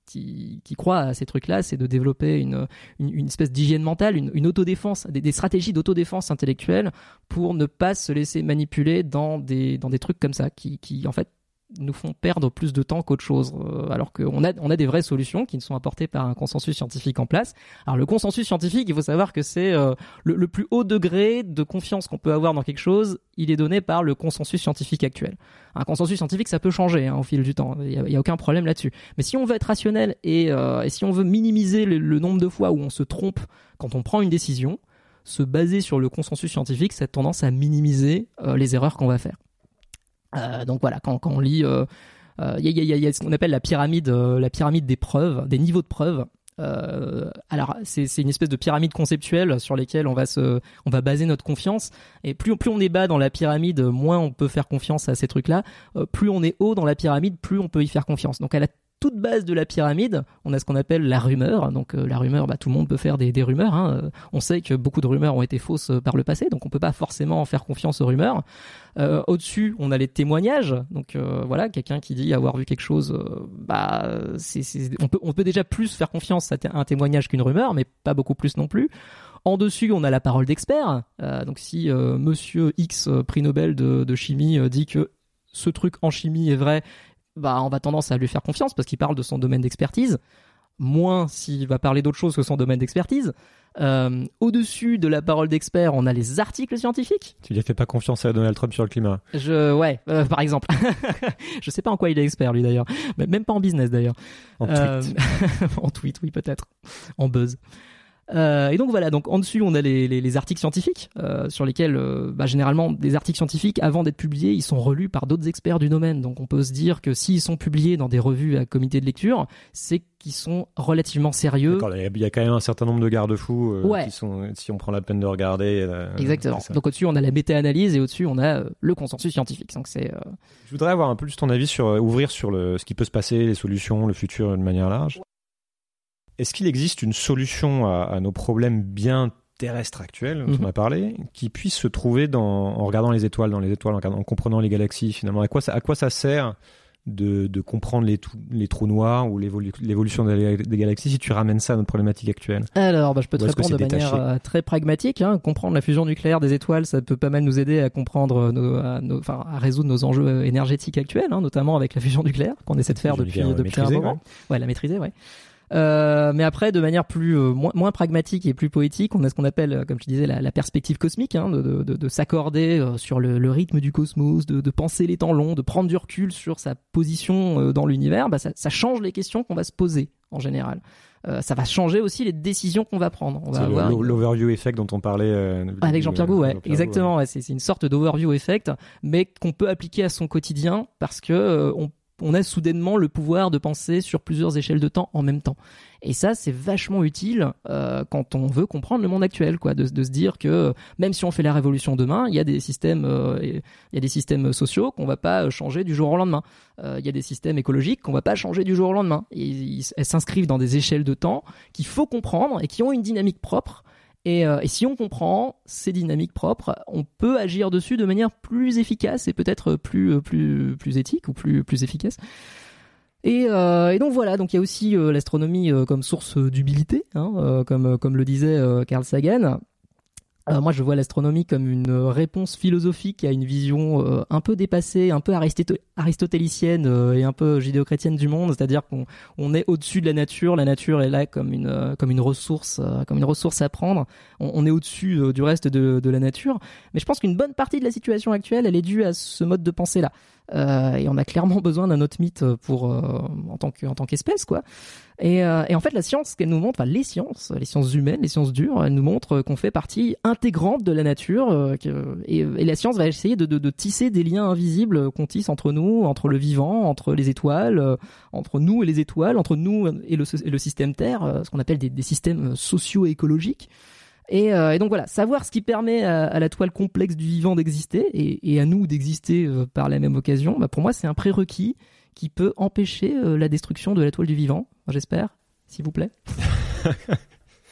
qui, qui croient à ces trucs-là, c'est de développer une, une, une espèce d'hygiène mentale, une, une autodéfense, des, des stratégies d'autodéfense intellectuelle pour ne pas se laisser manipuler dans des, dans des trucs comme ça, qui, qui en fait nous font perdre plus de temps qu'autre chose, euh, alors qu'on a, on a des vraies solutions qui ne sont apportées par un consensus scientifique en place. Alors le consensus scientifique, il faut savoir que c'est euh, le, le plus haut degré de confiance qu'on peut avoir dans quelque chose, il est donné par le consensus scientifique actuel. Un consensus scientifique, ça peut changer hein, au fil du temps, il n'y a, a aucun problème là-dessus. Mais si on veut être rationnel et, euh, et si on veut minimiser le, le nombre de fois où on se trompe quand on prend une décision, se baser sur le consensus scientifique, ça a tendance à minimiser euh, les erreurs qu'on va faire. Euh, donc voilà, quand, quand on lit, il euh, euh, y, a, y, a, y a ce qu'on appelle la pyramide, euh, la pyramide des preuves, des niveaux de preuves. Euh, alors c'est, c'est une espèce de pyramide conceptuelle sur lesquelles on va se, on va baser notre confiance. Et plus, plus on est bas dans la pyramide, moins on peut faire confiance à ces trucs-là. Euh, plus on est haut dans la pyramide, plus on peut y faire confiance. Donc à la toute base de la pyramide, on a ce qu'on appelle la rumeur. Donc euh, la rumeur, bah, tout le monde peut faire des, des rumeurs. Hein. Euh, on sait que beaucoup de rumeurs ont été fausses euh, par le passé, donc on peut pas forcément faire confiance aux rumeurs. Euh, au-dessus, on a les témoignages. Donc euh, voilà, quelqu'un qui dit avoir vu quelque chose, euh, bah c'est, c'est, on peut on peut déjà plus faire confiance à, t- à un témoignage qu'une rumeur, mais pas beaucoup plus non plus. En dessus, on a la parole d'expert. Euh, donc si euh, Monsieur X, euh, prix Nobel de, de chimie, euh, dit que ce truc en chimie est vrai, bah, on va tendance à lui faire confiance parce qu'il parle de son domaine d'expertise, moins s'il va parler d'autre chose que son domaine d'expertise. Euh, au-dessus de la parole d'expert, on a les articles scientifiques. Tu lui as fait pas confiance à Donald Trump sur le climat? Je, ouais, euh, par exemple. Je sais pas en quoi il est expert, lui, d'ailleurs. Même pas en business, d'ailleurs. En tweet. Euh... en tweet, oui, peut-être. En buzz. Euh, et donc voilà, donc en dessus on a les, les, les articles scientifiques euh, sur lesquels euh, bah, généralement des articles scientifiques avant d'être publiés ils sont relus par d'autres experts du domaine, donc on peut se dire que s'ils sont publiés dans des revues à comité de lecture, c'est qu'ils sont relativement sérieux. D'accord, il y a quand même un certain nombre de garde-fous euh, ouais. qui sont, si on prend la peine de regarder. Euh, Exactement. Donc au-dessus on a la méta-analyse et au-dessus on a euh, le consensus scientifique. Donc c'est. Euh... Je voudrais avoir un peu plus ton avis sur euh, ouvrir sur le, ce qui peut se passer, les solutions, le futur de manière large. Est-ce qu'il existe une solution à, à nos problèmes bien terrestres actuels, dont mmh. on a parlé, qui puisse se trouver dans, en regardant les étoiles, dans les étoiles, en, en comprenant les galaxies finalement? À quoi ça, à quoi ça sert de, de comprendre les, tout, les trous noirs ou l'évolu, l'évolution des, des galaxies si tu ramènes ça à notre problématique actuelle? Alors, bah, je peux te répondre de manière euh, très pragmatique. Hein. Comprendre la fusion nucléaire des étoiles, ça peut pas mal nous aider à comprendre, nos, à, nos, enfin, à résoudre nos enjeux énergétiques actuels, hein, notamment avec la fusion nucléaire qu'on essaie de faire depuis, depuis un moment. Ouais, ouais la maîtriser, ouais. Euh, mais après, de manière plus euh, moins, moins pragmatique et plus poétique, on a ce qu'on appelle, comme je disais, la, la perspective cosmique, hein, de, de, de, de s'accorder euh, sur le, le rythme du cosmos, de, de penser les temps longs, de prendre du recul sur sa position euh, dans l'univers. Bah, ça, ça change les questions qu'on va se poser en général. Euh, ça va changer aussi les décisions qu'on va prendre. On va c'est avoir le, l'overview effect dont on parlait euh, avec Jean-Pierre Gou, ouais, Jean-Pierre exactement. Gou, ouais. Ouais, c'est, c'est une sorte d'overview effect, mais qu'on peut appliquer à son quotidien parce que euh, on on a soudainement le pouvoir de penser sur plusieurs échelles de temps en même temps. Et ça, c'est vachement utile euh, quand on veut comprendre le monde actuel, quoi, de, de se dire que même si on fait la révolution demain, il y a des systèmes, euh, il y a des systèmes sociaux qu'on va pas changer du jour au lendemain. Euh, il y a des systèmes écologiques qu'on va pas changer du jour au lendemain. Et, ils, elles s'inscrivent dans des échelles de temps qu'il faut comprendre et qui ont une dynamique propre. Et, euh, et si on comprend ces dynamiques propres, on peut agir dessus de manière plus efficace et peut-être plus plus plus éthique ou plus plus efficace. Et, euh, et donc voilà, donc il y a aussi euh, l'astronomie euh, comme source d'humilité, hein, euh, comme comme le disait euh, Carl Sagan. Euh, moi, je vois l'astronomie comme une réponse philosophique à une vision euh, un peu dépassée, un peu aristot- aristotélicienne euh, et un peu judéo-chrétienne du monde, c'est-à-dire qu'on on est au-dessus de la nature. La nature est là comme une euh, comme une ressource, euh, comme une ressource à prendre. On, on est au-dessus euh, du reste de, de la nature. Mais je pense qu'une bonne partie de la situation actuelle, elle est due à ce mode de pensée-là. Euh, et on a clairement besoin d'un autre mythe pour euh, en tant que en tant qu'espèce, quoi. Et, euh, et en fait, la science, qu'elle nous montre, enfin les sciences, les sciences humaines, les sciences dures, elles nous montrent qu'on fait partie intégrante de la nature. Euh, que, et, et la science va essayer de, de, de tisser des liens invisibles qu'on tisse entre nous, entre le vivant, entre les étoiles, euh, entre nous et les étoiles, entre nous et le, et le système Terre, euh, ce qu'on appelle des, des systèmes socio-écologiques. Et, euh, et donc voilà, savoir ce qui permet à, à la toile complexe du vivant d'exister et, et à nous d'exister euh, par la même occasion, bah pour moi c'est un prérequis qui peut empêcher euh, la destruction de la toile du vivant, j'espère, s'il vous plaît.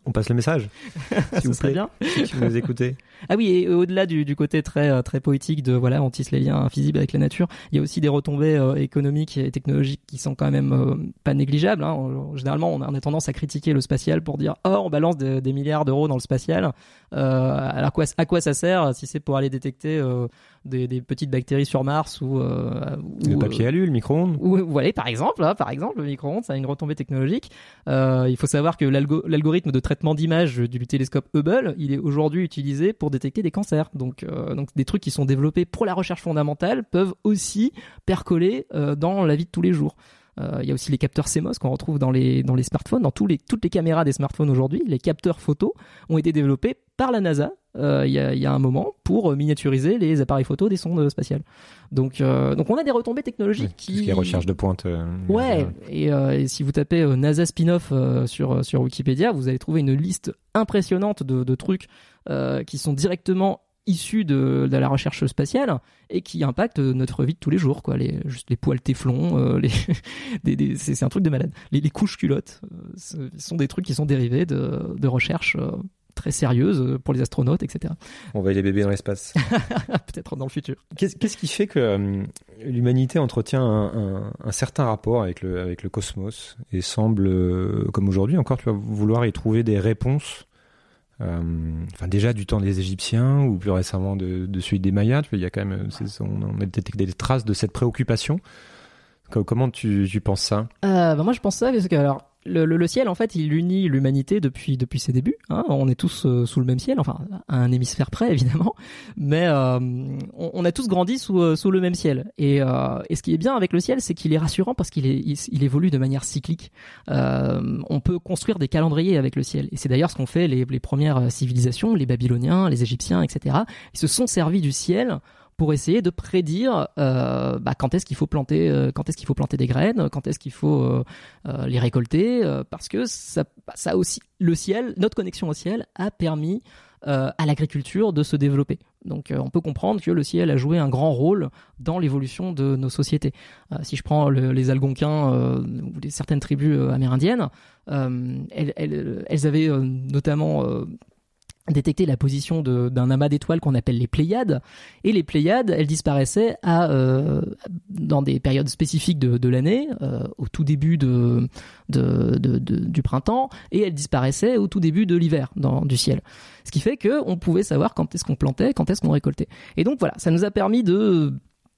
On passe le message, s'il vous plaît, bien. Si vous nous écoutez. Ah oui, et au-delà du, du côté très très poétique de voilà, on tisse les liens invisibles avec la nature, il y a aussi des retombées euh, économiques et technologiques qui sont quand même euh, pas négligeables. Hein. On, généralement, on a, on a tendance à critiquer le spatial pour dire oh, on balance de, des milliards d'euros dans le spatial. Euh, alors quoi, à quoi ça sert si c'est pour aller détecter euh, des, des petites bactéries sur Mars ou, euh, ou le papier euh, alu, le micro-ondes. Ou voilà, par exemple, hein, par exemple, le micro-ondes, ça a une retombée technologique. Euh, il faut savoir que l'algo, l'algorithme de traitement d'image du télescope Hubble, il est aujourd'hui utilisé pour détecter des cancers. Donc, euh, donc des trucs qui sont développés pour la recherche fondamentale peuvent aussi percoler euh, dans la vie de tous les jours. Euh, il y a aussi les capteurs C M O S qu'on retrouve dans les, dans les smartphones, dans tous les, toutes les caméras des smartphones aujourd'hui. Les capteurs photos ont été développés par la NASA euh, il, y a, il y a un moment pour miniaturiser les appareils photos des sondes spatiales. Donc, euh, donc on a des retombées technologiques oui, qui... les recherches de pointe. Euh, ouais, et, euh, et si vous tapez euh, NASA spin-off euh, sur, sur Wikipédia, vous allez trouver une liste impressionnante de, de trucs euh, qui sont directement issus de, de la recherche spatiale et qui impactent notre vie de tous les jours, quoi. Les, juste les poils téflon, euh, les, des, des, c'est, c'est un truc de malade. Les, les couches culottes, euh, ce sont des trucs qui sont dérivés de, de recherches euh, très sérieuses pour les astronautes, et cetera. On va les bébés dans l'espace. Peut-être dans le futur. Qu'est-ce, qu'est-ce qui fait que euh, l'humanité entretient un, un, un certain rapport avec le, avec le cosmos et semble, euh, comme aujourd'hui encore, tu vas vouloir y trouver des réponses? Euh, enfin déjà du temps des Égyptiens ou plus récemment de, de celui des Mayas, tu vois, il y a quand même, c'est, on, on a détecté des traces de cette préoccupation. Comment tu, tu penses ça? euh, bah Moi je pense ça parce que alors le, le, le ciel en fait il unit l'humanité depuis depuis ses débuts. Hein. On est tous euh, sous le même ciel, enfin à un hémisphère près évidemment, mais euh, on, on a tous grandi sous euh, sous le même ciel. Et, euh, et ce qui est bien avec le ciel, c'est qu'il est rassurant parce qu'il est il, il évolue de manière cyclique. Euh, on peut construire des calendriers avec le ciel. Et c'est d'ailleurs ce qu'ont fait les, les premières civilisations, les Babyloniens, les Égyptiens, et cetera. Ils se sont servis du ciel pour essayer de prédire euh, bah, quand est-ce qu'il faut planter, euh, quand est-ce qu'il faut planter des graines, quand est-ce qu'il faut euh, euh, les récolter, euh, parce que ça, ça aussi, le ciel, notre connexion au ciel a permis euh, à l'agriculture de se développer. Donc, euh, on peut comprendre que le ciel a joué un grand rôle dans l'évolution de nos sociétés. Euh, si je prends le, les Algonquins euh, ou les, certaines tribus euh, amérindiennes, euh, elles, elles, elles avaient euh, notamment euh, détecter la position de, d'un amas d'étoiles qu'on appelle les Pléiades, et les Pléiades, elles disparaissaient à, euh, dans des périodes spécifiques de, de l'année, euh, au tout début de, de, de, de, du printemps, et elles disparaissaient au tout début de l'hiver dans, du ciel. Ce qui fait qu'on pouvait savoir quand est-ce qu'on plantait, quand est-ce qu'on récoltait. Et donc voilà, ça nous a permis de,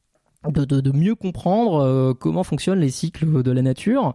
de, de, de mieux comprendre euh, comment fonctionnent les cycles de la nature.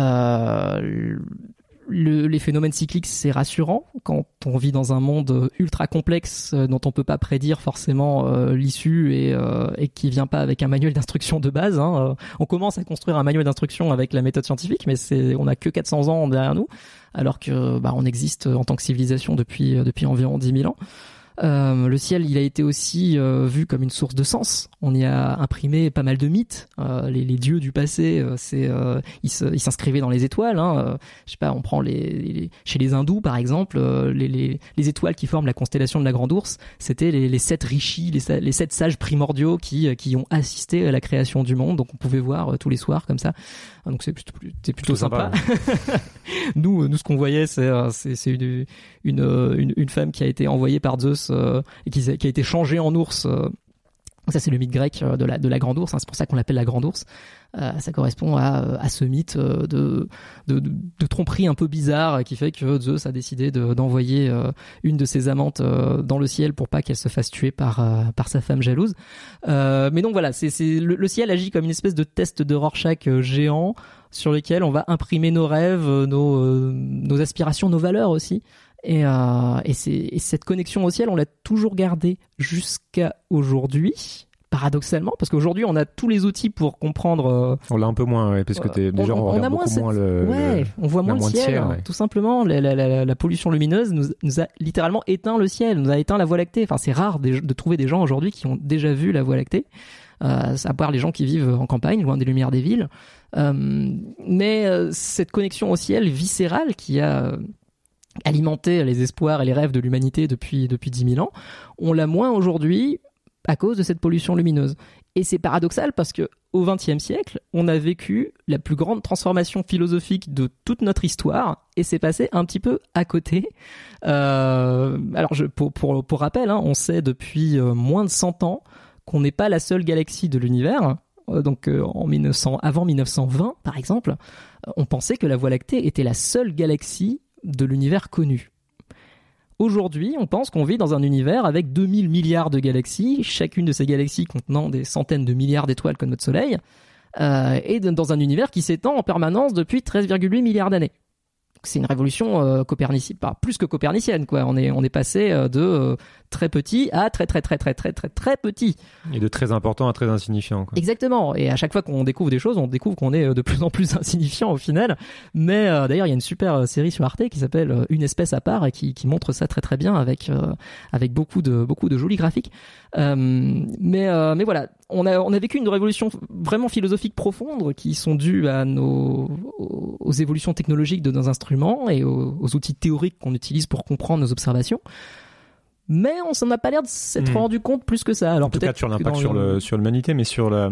Euh, Le, les phénomènes cycliques, c'est rassurant quand on vit dans un monde ultra complexe euh, dont on peut pas prédire forcément euh, l'issue et, euh, et qui vient pas avec un manuel d'instruction de base. Hein. Euh, on commence à construire un manuel d'instruction avec la méthode scientifique, mais c'est, on a que quatre cents ans derrière nous, alors que bah, on existe en tant que civilisation depuis depuis environ dix mille ans. Euh, le ciel, il a été aussi euh, vu comme une source de sens. On y a imprimé pas mal de mythes. Euh, les, les dieux du passé, euh, c'est, euh, ils, se, ils s'inscrivaient dans les étoiles. Hein. Euh, je sais pas, on prend les, les chez les hindous par exemple, euh, les, les, les étoiles qui forment la constellation de la Grande Ourse, c'était les, les sept rishis, les, les sept sages primordiaux qui, qui ont assisté à la création du monde. Donc on pouvait voir euh, tous les soirs comme ça. Donc c'est plutôt, c'est plutôt, plutôt sympa. sympa. nous, nous, ce qu'on voyait, c'est, c'est, c'est une, une, une, une femme qui a été envoyée par Zeus euh, et qui, qui a été changée en ours. Euh. Ça, c'est le mythe grec de la, de la Grande Ourse. Hein. C'est pour ça qu'on l'appelle la Grande Ourse. Euh, ça correspond à, à ce mythe de, de, de, de tromperie un peu bizarre qui fait que Zeus a décidé de, d'envoyer euh, une de ses amantes euh, dans le ciel pour pas qu'elle se fasse tuer par, euh, par sa femme jalouse. Euh, mais donc voilà, c'est, c'est, le, le ciel agit comme une espèce de test de Rorschach euh, géant sur lequel on va imprimer nos rêves, nos, euh, nos aspirations, nos valeurs aussi. Et, euh, et, c'est, et cette connexion au ciel, on l'a toujours gardée jusqu'à aujourd'hui, paradoxalement, parce qu'aujourd'hui, on a tous les outils pour comprendre... Euh, on l'a un peu moins, ouais, parce que t'es, déjà, on, on, on regarde a beaucoup moins, cette... moins le... Ouais, le, on voit moins le ciel, ciel ouais. Tout simplement. La, la, la, la pollution lumineuse nous, nous a littéralement éteint le ciel, nous a éteint la Voie lactée. Enfin, c'est rare de, de trouver des gens aujourd'hui qui ont déjà vu la Voie lactée. Euh, à part les gens qui vivent en campagne, loin des lumières des villes. Euh, mais euh, cette connexion au ciel viscérale qui a... Euh, alimenter les espoirs et les rêves de l'humanité depuis, depuis dix mille ans, on l'a moins aujourd'hui à cause de cette pollution lumineuse. Et c'est paradoxal parce que au vingtième siècle, on a vécu la plus grande transformation philosophique de toute notre histoire et c'est passé un petit peu à côté. Euh, alors, je, pour, pour, pour rappel, hein, on sait depuis euh, moins de cent ans qu'on n'est pas la seule galaxie de l'univers. Euh, donc, euh, en mille neuf cents, avant mille neuf cent vingt, par exemple, euh, on pensait que la Voie lactée était la seule galaxie de l'univers connu. Aujourd'hui, on pense qu'on vit dans un univers avec deux mille milliards de galaxies, chacune de ces galaxies contenant des centaines de milliards d'étoiles comme notre Soleil, euh, et dans un univers qui s'étend en permanence depuis treize virgule huit milliards d'années. C'est une révolution euh, copernicienne, pas plus que copernicienne, quoi. On est, on est passé euh, de euh, très petit à très très très très très très très petit. Et de très important à très insignifiant, quoi. Exactement. Et à chaque fois qu'on découvre des choses, on découvre qu'on est de plus en plus insignifiant au final. Mais euh, d'ailleurs, il y a une super série sur Arte qui s'appelle Une espèce à part et qui, qui montre ça très très bien avec euh, avec beaucoup de beaucoup de jolis graphiques. Euh, mais euh, mais voilà, on a on a vécu une révolution vraiment philosophique profonde qui sont dues à nos aux, aux évolutions technologiques de nos instruments et aux, aux outils théoriques qu'on utilise pour comprendre nos observations. Mais on s'en a pas l'air de s'être mmh. rendu compte plus que ça. Alors en tout peut-être cas sur l'impact sur le... le sur l'humanité, mais sur la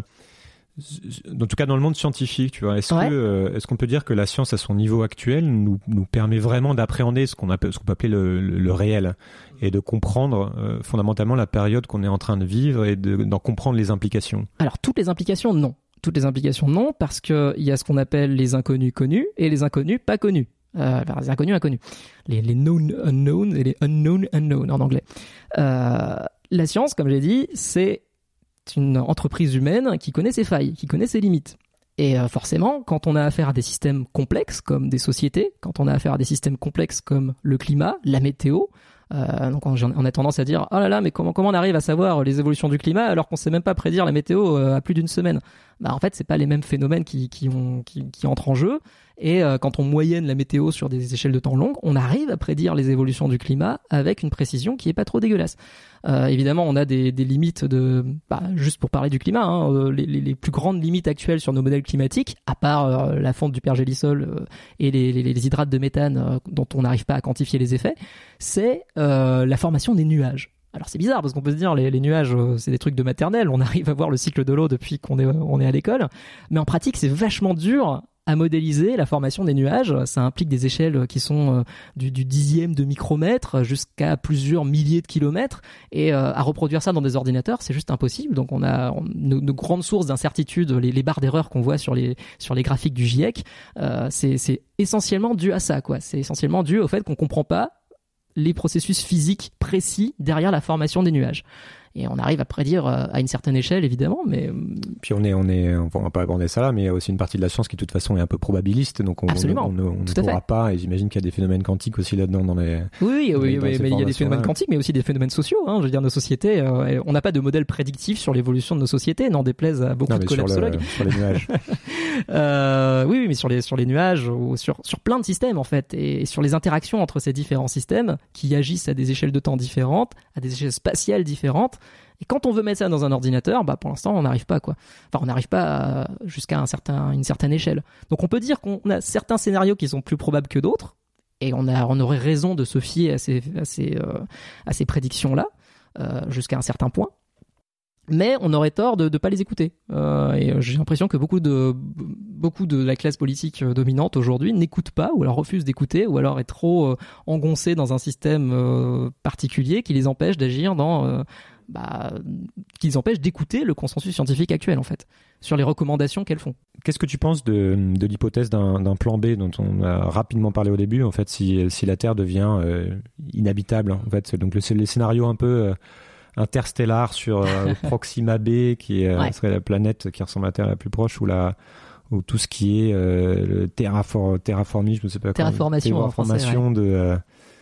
en tout cas dans le monde scientifique, tu vois. Est-ce ouais. que euh, est-ce qu'on peut dire que la science à son niveau actuel nous nous permet vraiment d'appréhender ce qu'on appelle ce qu'on peut appeler le, le, le réel et de comprendre euh, fondamentalement la période qu'on est en train de vivre et de, d'en comprendre les implications? Alors toutes les implications, non. Toutes les implications, non, parce que il y a ce qu'on appelle les inconnus connus et les inconnus pas connus. Euh, enfin, les inconnus inconnus, les, les known unknowns et les unknown unknown en anglais. Euh, la science, comme j'ai dit, c'est une entreprise humaine qui connaît ses failles, qui connaît ses limites. Et euh, forcément, quand on a affaire à des systèmes complexes comme des sociétés, quand on a affaire à des systèmes complexes comme le climat, la météo, euh, donc on, on a tendance à dire « Oh là là, mais comment, comment on arrive à savoir les évolutions du climat alors qu'on sait même pas prédire la météo euh, à plus d'une semaine ?» Bah en fait, c'est pas les mêmes phénomènes qui, qui, ont, qui, qui entrent en jeu. Et euh, quand on moyenne la météo sur des échelles de temps longues, on arrive à prédire les évolutions du climat avec une précision qui est pas trop dégueulasse. Euh, évidemment, on a des, des limites de, bah, juste pour parler du climat, hein, les, les, les plus grandes limites actuelles sur nos modèles climatiques, à part euh, la fonte du pergélisol euh, et les, les, les hydrates de méthane euh, dont on n'arrive pas à quantifier les effets, c'est euh, la formation des nuages. Alors c'est bizarre parce qu'on peut se dire les, les nuages euh, c'est des trucs de maternelle, on arrive à voir le cycle de l'eau depuis qu'on est, on est à l'école, mais en pratique c'est vachement dur à modéliser la formation des nuages. Ça implique des échelles qui sont euh, du, du dixième de micromètre jusqu'à plusieurs milliers de kilomètres et euh, à reproduire ça dans des ordinateurs c'est juste impossible. Donc on a on, nos, nos grandes sources d'incertitude, les, les barres d'erreur qu'on voit sur les, sur les graphiques du GIEC, euh, c'est, c'est essentiellement dû à ça, quoi. C'est essentiellement dû au fait qu'on comprend pas les processus physiques précis derrière la formation des nuages. Et on arrive à prédire euh, à une certaine échelle, évidemment, mais... Puis on est, on est, on va pas aborder ça là, mais il y a aussi une partie de la science qui, de toute façon, est un peu probabiliste, donc on, Absolument. on, on, on ne pourra pas, et j'imagine qu'il y a des phénomènes quantiques aussi là-dedans dans les... Oui, oui, oui, oui mais il y a des phénomènes là. quantiques, mais aussi des phénomènes sociaux, hein. Je veux dire, nos sociétés, euh, on n'a pas de modèle prédictif sur l'évolution de nos sociétés, n'en déplaise à beaucoup non, de mais collapsologues. Sur, le, sur les nuages. euh, oui, oui, mais sur les, sur les nuages, ou sur, sur plein de systèmes, en fait, et, et sur les interactions entre ces différents systèmes qui agissent à des échelles de temps différentes, à des échelles spatiales différentes. Et quand on veut mettre ça dans un ordinateur, bah pour l'instant on n'arrive pas, quoi. Enfin on n'arrive pas à, jusqu'à un certain, une certaine échelle. Donc on peut dire qu'on a certains scénarios qui sont plus probables que d'autres, et on a, on aurait raison de se fier à ces, à ces, euh, à ces prédictions-là euh, jusqu'à un certain point. Mais on aurait tort de ne pas les écouter. Euh, et j'ai l'impression que beaucoup de, beaucoup de la classe politique dominante aujourd'hui n'écoute pas, ou alors refuse d'écouter, ou alors est trop euh, engoncée dans un système euh, particulier qui les empêche d'agir dans... Euh, bah, qui les empêche d'écouter le consensus scientifique actuel, en fait, sur les recommandations qu'elles font. Qu'est-ce que tu penses de, de l'hypothèse d'un, d'un plan B dont on a rapidement parlé au début, en fait, si, si la Terre devient euh, inhabitable, en fait, donc le, les scénarios un peu... Euh, interstellar sur euh, Proxima B qui est, ouais. serait la planète qui ressemble à la Terre la plus proche, ou la ou tout ce qui est euh, le terrafor, terraformisme, je ne sais pas terraformation, comment, terraformation français, ouais. de euh,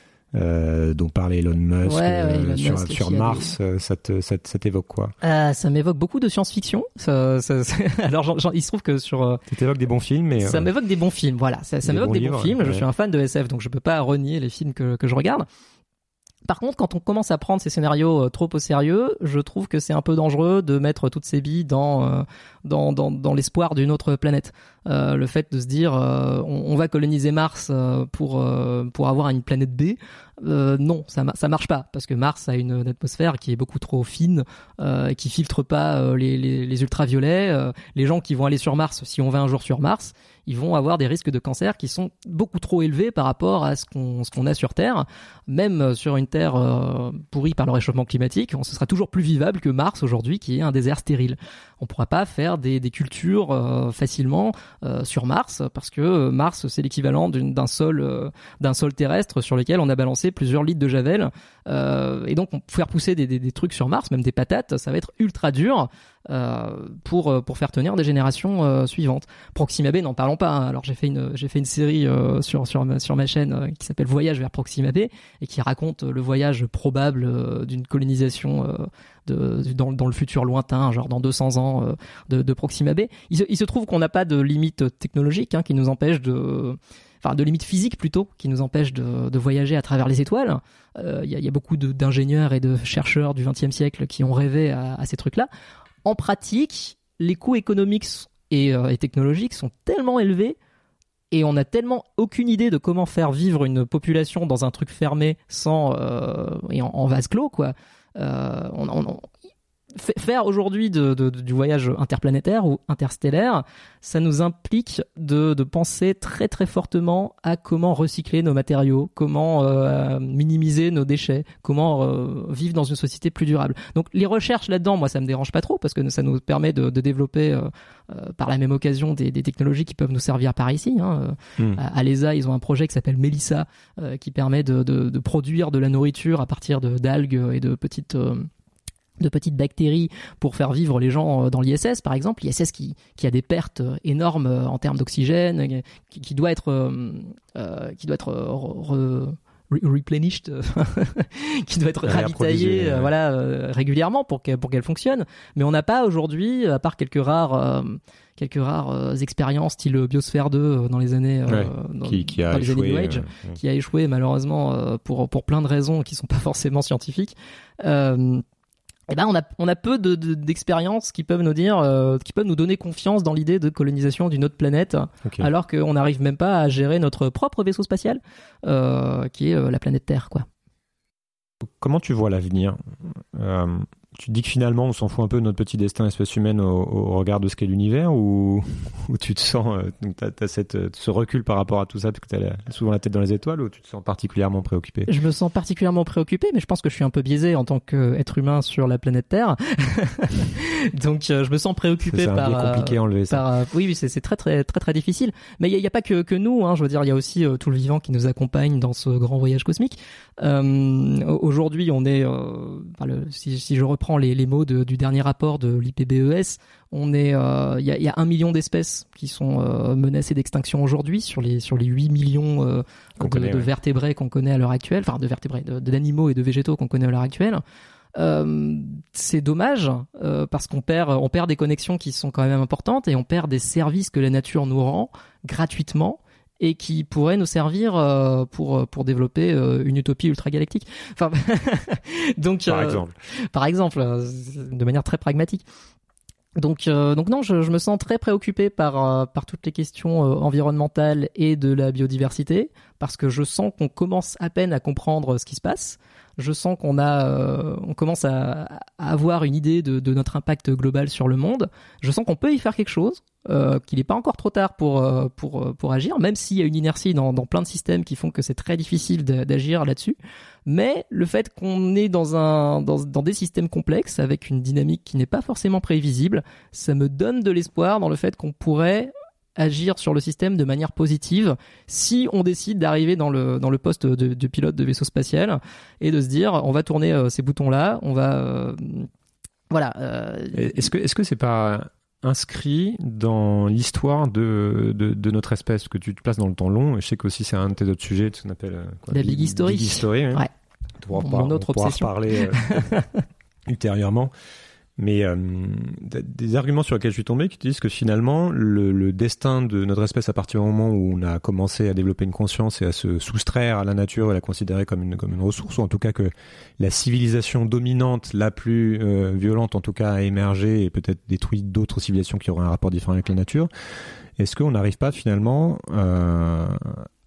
euh, dont parlait Elon Musk, ouais, ouais, euh, Elon sur, Musk sur Mars, des... ça, te, ça, te, ça t'évoque quoi? euh, Ça m'évoque beaucoup de science-fiction. Ça, ça, ça... Alors, j'en, j'en, il se trouve que sur... Euh... Ça t'évoque des bons films, mais... Ça euh... m'évoque des bons films, voilà. Ça, ça m'évoque bons des livres, bons films. Ouais. Je suis un fan de S F, donc je peux pas renier les films que, que je regarde. Par contre, quand on commence à prendre ces scénarios euh, trop au sérieux, je trouve que c'est un peu dangereux de mettre toutes ces billes dans euh, dans, dans dans l'espoir d'une autre planète. Euh, le fait de se dire euh, on, on va coloniser Mars euh, pour euh, pour avoir une planète B, euh, non, ça ça marche pas parce que Mars a une, une atmosphère qui est beaucoup trop fine, euh, qui filtre pas euh, les, les, les ultraviolets. Euh, les gens qui vont aller sur Mars, si on va un jour sur Mars, ils vont avoir des risques de cancer qui sont beaucoup trop élevés par rapport à ce qu'on ce qu'on a sur Terre. Même sur une Terre euh, pourrie par le réchauffement climatique, on, ce sera toujours plus vivable que Mars aujourd'hui, qui est un désert stérile. On pourra pas faire des, des cultures euh, facilement euh, sur Mars parce que Mars c'est l'équivalent d'une, d'un sol euh, d'un sol terrestre sur lequel on a balancé plusieurs litres de javel. Euh, et donc, on faire pousser des, des, des trucs sur Mars, même des patates, ça va être ultra dur euh, pour pour faire tenir des générations euh, suivantes. Proxima B, n'en parlons pas. Hein. Alors, j'ai fait une j'ai fait une série euh, sur sur ma, sur ma chaîne euh, qui s'appelle Voyage vers Proxima B et qui raconte le voyage probable euh, d'une colonisation euh, de dans dans le futur lointain, genre dans deux cents ans euh, de, de Proxima B. Il se, il se trouve qu'on n'a pas de limite technologique hein, qui nous empêche de enfin de limite physique plutôt, qui nous empêche de, de voyager à travers les étoiles. Il euh, y, a, y a beaucoup de, d'ingénieurs et de chercheurs du vingtième siècle qui ont rêvé à, à ces trucs-là. En pratique, les coûts économiques et, euh, et technologiques sont tellement élevés et on n'a tellement aucune idée de comment faire vivre une population dans un truc fermé sans euh, et en, en vase clos, quoi. Euh, on, on, Faire aujourd'hui de, de, de, du voyage interplanétaire ou interstellaire, ça nous implique de, de penser très très fortement à comment recycler nos matériaux, comment euh, minimiser nos déchets, comment euh, vivre dans une société plus durable. Donc les recherches là-dedans, moi ça me dérange pas trop parce que ça nous permet de, de développer euh, euh, par la même occasion des, des technologies qui peuvent nous servir par ici. Hein. Mmh. À, à l'E S A, ils ont un projet qui s'appelle Melissa euh, qui permet de, de, de produire de la nourriture à partir de, d'algues et de petites... Euh, de petites bactéries pour faire vivre les gens dans l'I S S par exemple, l'I S S qui, qui a des pertes énormes en termes d'oxygène, qui, qui doit être euh, qui doit être re, re, replenished, qui doit être ravitaillée euh, voilà euh, régulièrement pour qu'elle pour qu'elle fonctionne. Mais on n'a pas aujourd'hui, à part quelques rares euh, quelques rares euh, expériences style Biosphère deux euh, dans les années euh, ouais, dans, qui, qui a dans les échoué, années New Age, euh, qui a échoué malheureusement euh, pour pour plein de raisons qui sont pas forcément scientifiques. Euh, Eh ben on a on a peu de, de d'expériences qui peuvent nous dire euh, qui peuvent nous donner confiance dans l'idée de colonisation d'une autre planète, okay. Alors qu'on n'arrive même pas à gérer notre propre vaisseau spatial euh, qui est euh, la planète Terre, quoi. Comment tu vois l'avenir? euh, Tu te dis que finalement on s'en fout un peu de notre petit destin espèce humaine au, au regard de ce qu'est l'univers, ou, ou tu te sens euh, t'as, t'as cette, ce recul par rapport à tout ça parce que t'as la, souvent la tête dans les étoiles, ou tu te sens particulièrement préoccupé? Je me sens particulièrement préoccupé, mais je pense que je suis un peu biaisé en tant qu'être humain sur la planète Terre. Donc euh, je me sens préoccupé c'est, c'est par... C'est compliqué à enlever ça. Par, euh, oui, oui c'est, c'est très très très très difficile. Mais il n'y a, a pas que, que nous, hein, je veux dire, il y a aussi euh, tout le vivant qui nous accompagne dans ce grand voyage cosmique. Euh, aujourd'hui, on est... Euh, enfin, le, si, si je reprends les, les mots de du dernier rapport de l'I P B E S, on est, il euh, y, a, y a un million d'espèces qui sont euh, menacées d'extinction aujourd'hui sur les sur les huit millions euh, de, connaît, de ouais. vertébrés qu'on connaît à l'heure actuelle, enfin de vertébrés, de, d'animaux et de végétaux qu'on connaît à l'heure actuelle. Euh, c'est dommage euh, parce qu'on perd, on perd des connexions qui sont quand même importantes et on perd des services que la nature nous rend gratuitement et qui pourraient nous servir euh, pour pour développer euh, une utopie ultra-galactique. Enfin, donc par euh, exemple, par exemple, euh, de manière très pragmatique. Donc euh, donc non, je, je me sens très préoccupé par euh, par toutes les questions euh, environnementales et de la biodiversité parce que je sens qu'on commence à peine à comprendre ce qui se passe. Je sens qu'on a, euh, on commence à, à avoir une idée de, de notre impact global sur le monde. Je sens qu'on peut y faire quelque chose, euh, qu'il n'est pas encore trop tard pour euh, pour pour agir, même s'il y a une inertie dans, dans plein de systèmes qui font que c'est très difficile de, d'agir là-dessus. Mais le fait qu'on est dans un dans, dans des systèmes complexes avec une dynamique qui n'est pas forcément prévisible, ça me donne de l'espoir dans le fait qu'on pourrait agir sur le système de manière positive si on décide d'arriver dans le dans le poste de, de pilote de vaisseau spatial et de se dire on va tourner euh, ces boutons là, on va euh, voilà. Euh... Est-ce que est-ce que c'est pas inscrit dans l'histoire de, de de notre espèce que tu te places dans le temps long? Et je sais qu'aussi c'est un de tes autres sujets, ce qu'on appelle quoi, la Big History. Big History, hein. Ouais. On pourra, Mon autre on pourra obsession. reparler euh, ultérieurement. Mais euh, des arguments sur lesquels je suis tombé qui disent que finalement le, le destin de notre espèce à partir du moment où on a commencé à développer une conscience et à se soustraire à la nature et la considérer comme une, comme une ressource, ou en tout cas que la civilisation dominante, la plus euh, violente en tout cas, a émergé et peut-être détruit d'autres civilisations qui auraient un rapport différent avec la nature. Est-ce qu'on n'arrive pas finalement euh,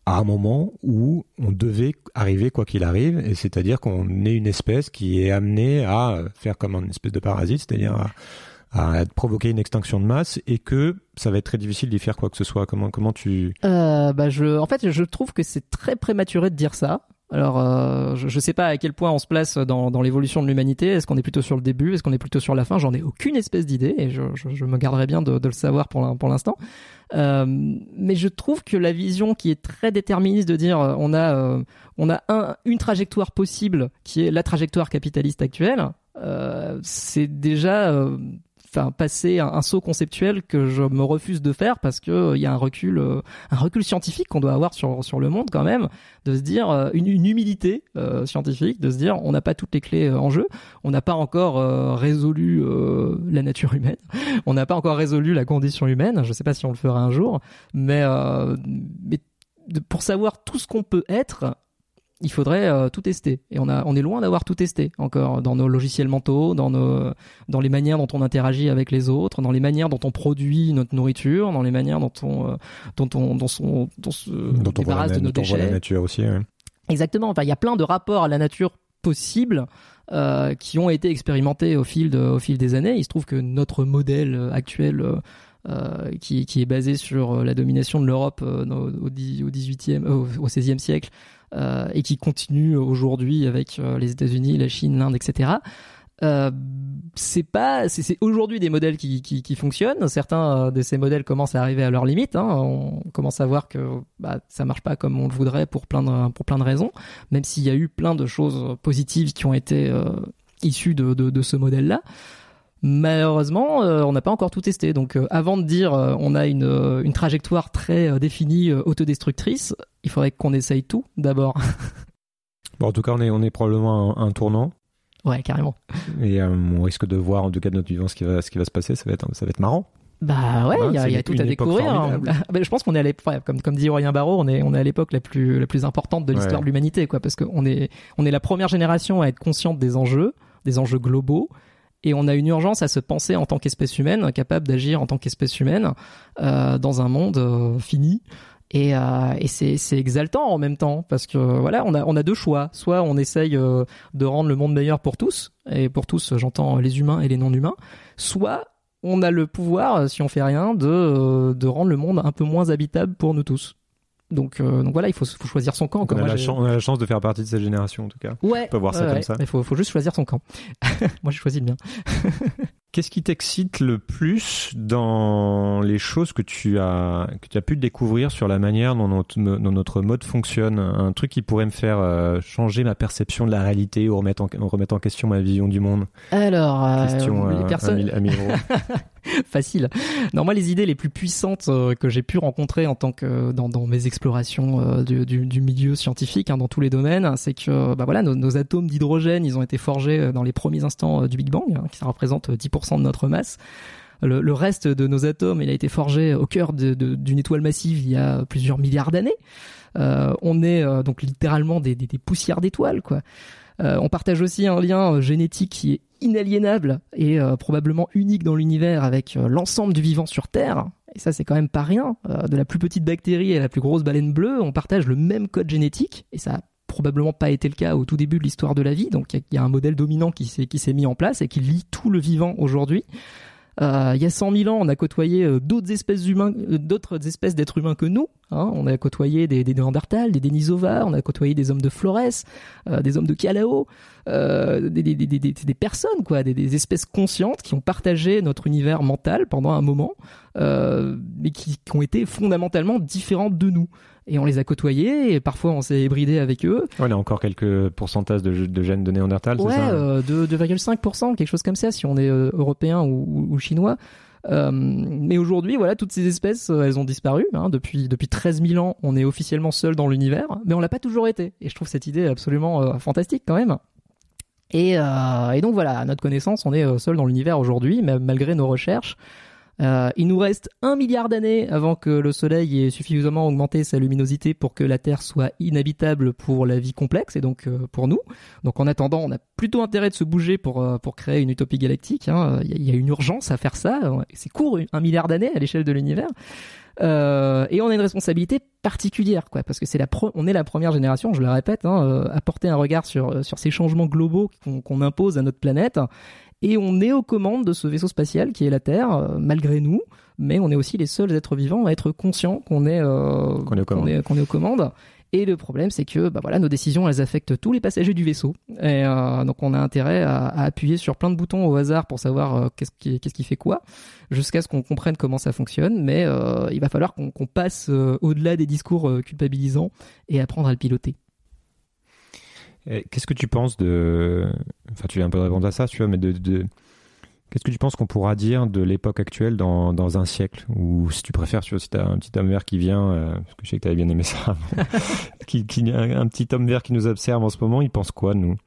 à un moment où on devait arriver quoi qu'il arrive, et c'est-à-dire qu'on est une espèce qui est amenée à faire comme une espèce de parasite, c'est-à-dire à, à provoquer une extinction de masse, et que ça va être très difficile d'y faire quoi que ce soit. Comment, comment tu... Euh, bah je, en fait, je trouve que c'est très prématuré de dire ça. Alors, euh, je, je sais pas à quel point on se place dans, dans l'évolution de l'humanité. Est-ce qu'on est plutôt sur le début? Est-ce qu'on est plutôt sur la fin? J'en ai aucune espèce d'idée, et je, je, je me garderai bien de, de le savoir pour, pour l'instant. Euh, mais je trouve que la vision qui est très déterministe de dire euh, on a, euh, on a un, une trajectoire possible qui est la trajectoire capitaliste actuelle, euh, c'est déjà... Euh, Enfin, passer un, un saut conceptuel que je me refuse de faire parce que il euh, y a un recul, euh, un recul scientifique qu'on doit avoir sur sur le monde quand même, de se dire euh, une, une humilité euh, scientifique, de se dire on n'a pas toutes les clés euh, en jeu, on n'a pas encore euh, résolu euh, la nature humaine, on n'a pas encore résolu la condition humaine. Je sais pas si on le fera un jour, mais euh, mais de, pour savoir tout ce qu'on peut être, il faudrait euh, tout tester, et on a on est loin d'avoir tout testé encore dans nos logiciels mentaux, dans nos dans les manières dont on interagit avec les autres, dans les manières dont on produit notre nourriture, dans les manières dont on euh, dont on dont on dont se dont on débarrasse voit la, de nos dont on voit déchets. la nature aussi. Ouais. Exactement. Enfin, il y a plein de rapports à la nature possibles euh, qui ont été expérimentés au fil de au fil des années. Il se trouve que notre modèle actuel euh, Euh, qui, qui est basé sur la domination de l'Europe euh, au, au dix-huitième, au, au seizième siècle, euh, et qui continue aujourd'hui avec euh, les États-Unis, la Chine, l'Inde, et cetera. Euh, c'est pas, c'est, c'est aujourd'hui des modèles qui, qui, qui fonctionnent. Certains de ces modèles commencent à arriver à leurs limites. Hein. On commence à voir que bah, ça marche pas comme on le voudrait pour plein de, pour plein de raisons. Même s'il y a eu plein de choses positives qui ont été euh, issues de, de, de ce modèle-là. Malheureusement, euh, on n'a pas encore tout testé. Donc, euh, avant de dire euh, on a une, euh, une trajectoire très euh, définie, euh, autodestructrice, il faudrait qu'on essaye tout d'abord. Bon, en tout cas, on est, on est probablement à un, un tournant. Ouais, carrément. Et euh, on risque de voir, en tout cas de notre vivant, ce qui va, ce qui va se passer. Ça va être, ça va être marrant. Bah ouais, il y a, y a tout à découvrir. Hein. Je pense qu'on est à l'époque, ouais, comme, comme dit Aurélien Barraud, on est, on est à l'époque la plus, la plus importante de l'histoire ouais. de l'humanité, quoi, parce qu'on est, on est la première génération à être consciente des enjeux, des enjeux globaux. Et on a une urgence à se penser en tant qu'espèce humaine, capable d'agir en tant qu'espèce humaine euh, dans un monde euh, fini. Et, euh, et c'est, c'est exaltant en même temps, parce que voilà, on a, on a deux choix. Soit on essaye euh, de rendre le monde meilleur pour tous, et pour tous, j'entends les humains et les non-humains. Soit on a le pouvoir, si on fait rien, de, euh, de rendre le monde un peu moins habitable pour nous tous. Donc, euh, donc voilà, il faut, faut choisir son camp. On, comme a moi, la j'ai... chance, on a la chance de faire partie de cette génération, en tout cas. Ouais. On peut voir ouais, ça ouais, comme ça. Il faut, faut juste choisir son camp. Moi, j'ai choisi le mien. Qu'est-ce qui t'excite le plus dans les choses que tu as, que tu as pu découvrir sur la manière dont notre, dont notre mode fonctionne? Un truc qui pourrait me faire euh, changer ma perception de la réalité ou remettre en, remettre en question ma vision du monde? Alors, question, euh, les euh, personnes... à mille euros. Facile. Non, moi, les idées les plus puissantes euh, que j'ai pu rencontrer en tant que dans, dans mes explorations euh, du, du, du milieu scientifique, hein, dans tous les domaines, c'est que bah voilà, nos, nos atomes d'hydrogène, ils ont été forgés dans les premiers instants euh, du Big Bang, hein, qui ça représente dix pour cent de notre masse. Le, le reste de nos atomes, il a été forgé au cœur de, de, d'une étoile massive il y a plusieurs milliards d'années. Euh, on est euh, donc littéralement des, des, des poussières d'étoiles, quoi. Euh, on partage aussi un lien génétique qui est inaliénable et euh, probablement unique dans l'univers avec euh, l'ensemble du vivant sur Terre. Et ça, c'est quand même pas rien. Euh, de la plus petite bactérie à la plus grosse baleine bleue, on partage le même code génétique. Et ça a probablement pas été le cas au tout début de l'histoire de la vie. Donc, il y, y a un modèle dominant qui s'est, qui s'est mis en place et qui lie tout le vivant aujourd'hui. Euh, il y a cent mille ans, on a côtoyé euh, d'autres espèces humains, euh, d'autres espèces d'êtres humains que nous. Hein. On a côtoyé des, des Néandertals, des Denisovars, on a côtoyé des hommes de Flores, euh, des hommes de Calao, euh, des, des, des, des, des personnes, quoi, des, des espèces conscientes qui ont partagé notre univers mental pendant un moment, euh, mais qui, qui ont été fondamentalement différentes de nous. Et on les a côtoyés, et parfois on s'est hybridé avec eux. Ouais, il y a encore quelques pourcentages de, de gènes de Néandertal, ouais, c'est ça? Ouais, euh, de deux virgule cinq pour cent, quelque chose comme ça, si on est euh, européen ou, ou, ou chinois. Euh, mais aujourd'hui, voilà, toutes ces espèces, euh, elles ont disparu. Hein. Depuis, depuis treize mille ans, on est officiellement seul dans l'univers, mais on l'a pas toujours été. Et je trouve cette idée absolument euh, fantastique quand même. Et, euh, et donc voilà, à notre connaissance, on est euh, seul dans l'univers aujourd'hui, même malgré nos recherches. Euh, il nous reste un milliard d'années avant que le Soleil ait suffisamment augmenté sa luminosité pour que la Terre soit inhabitable pour la vie complexe et donc euh, pour nous. Donc en attendant, on a plutôt intérêt de se bouger pour euh, pour créer une utopie galactique. Hein. Il y a, il y a une urgence à faire ça. C'est court, un milliard d'années à l'échelle de l'univers. Euh, et on a une responsabilité particulière, quoi, parce que c'est la pro- on est la première génération, je le répète, hein, euh, à porter un regard sur sur ces changements globaux qu'on, qu'on impose à notre planète. Et on est aux commandes de ce vaisseau spatial qui est la Terre, euh, malgré nous. Mais on est aussi les seuls êtres vivants à être conscients qu'on est, euh, qu'on est aux qu'on commandes. est, qu'on est aux commandes. Et le problème, c'est que bah voilà, nos décisions, elles affectent tous les passagers du vaisseau. Et euh, donc, on a intérêt à, à appuyer sur plein de boutons au hasard pour savoir euh, qu'est-ce qui, qu'est-ce qui fait quoi, jusqu'à ce qu'on comprenne comment ça fonctionne. Mais euh, il va falloir qu'on, qu'on passe euh, au-delà des discours euh, culpabilisants et apprendre à le piloter. Et qu'est-ce que tu penses de... Enfin, tu viens un peu de répondre à ça, tu vois, mais de... de... Qu'est-ce que tu penses qu'on pourra dire de l'époque actuelle dans, dans un siècle? Ou si tu préfères, tu vois, si tu as un petit homme vert qui vient, euh, parce que je sais que tu avais bien aimé ça, qui, qui, un, un petit homme vert qui nous observe en ce moment, il pense quoi de nous?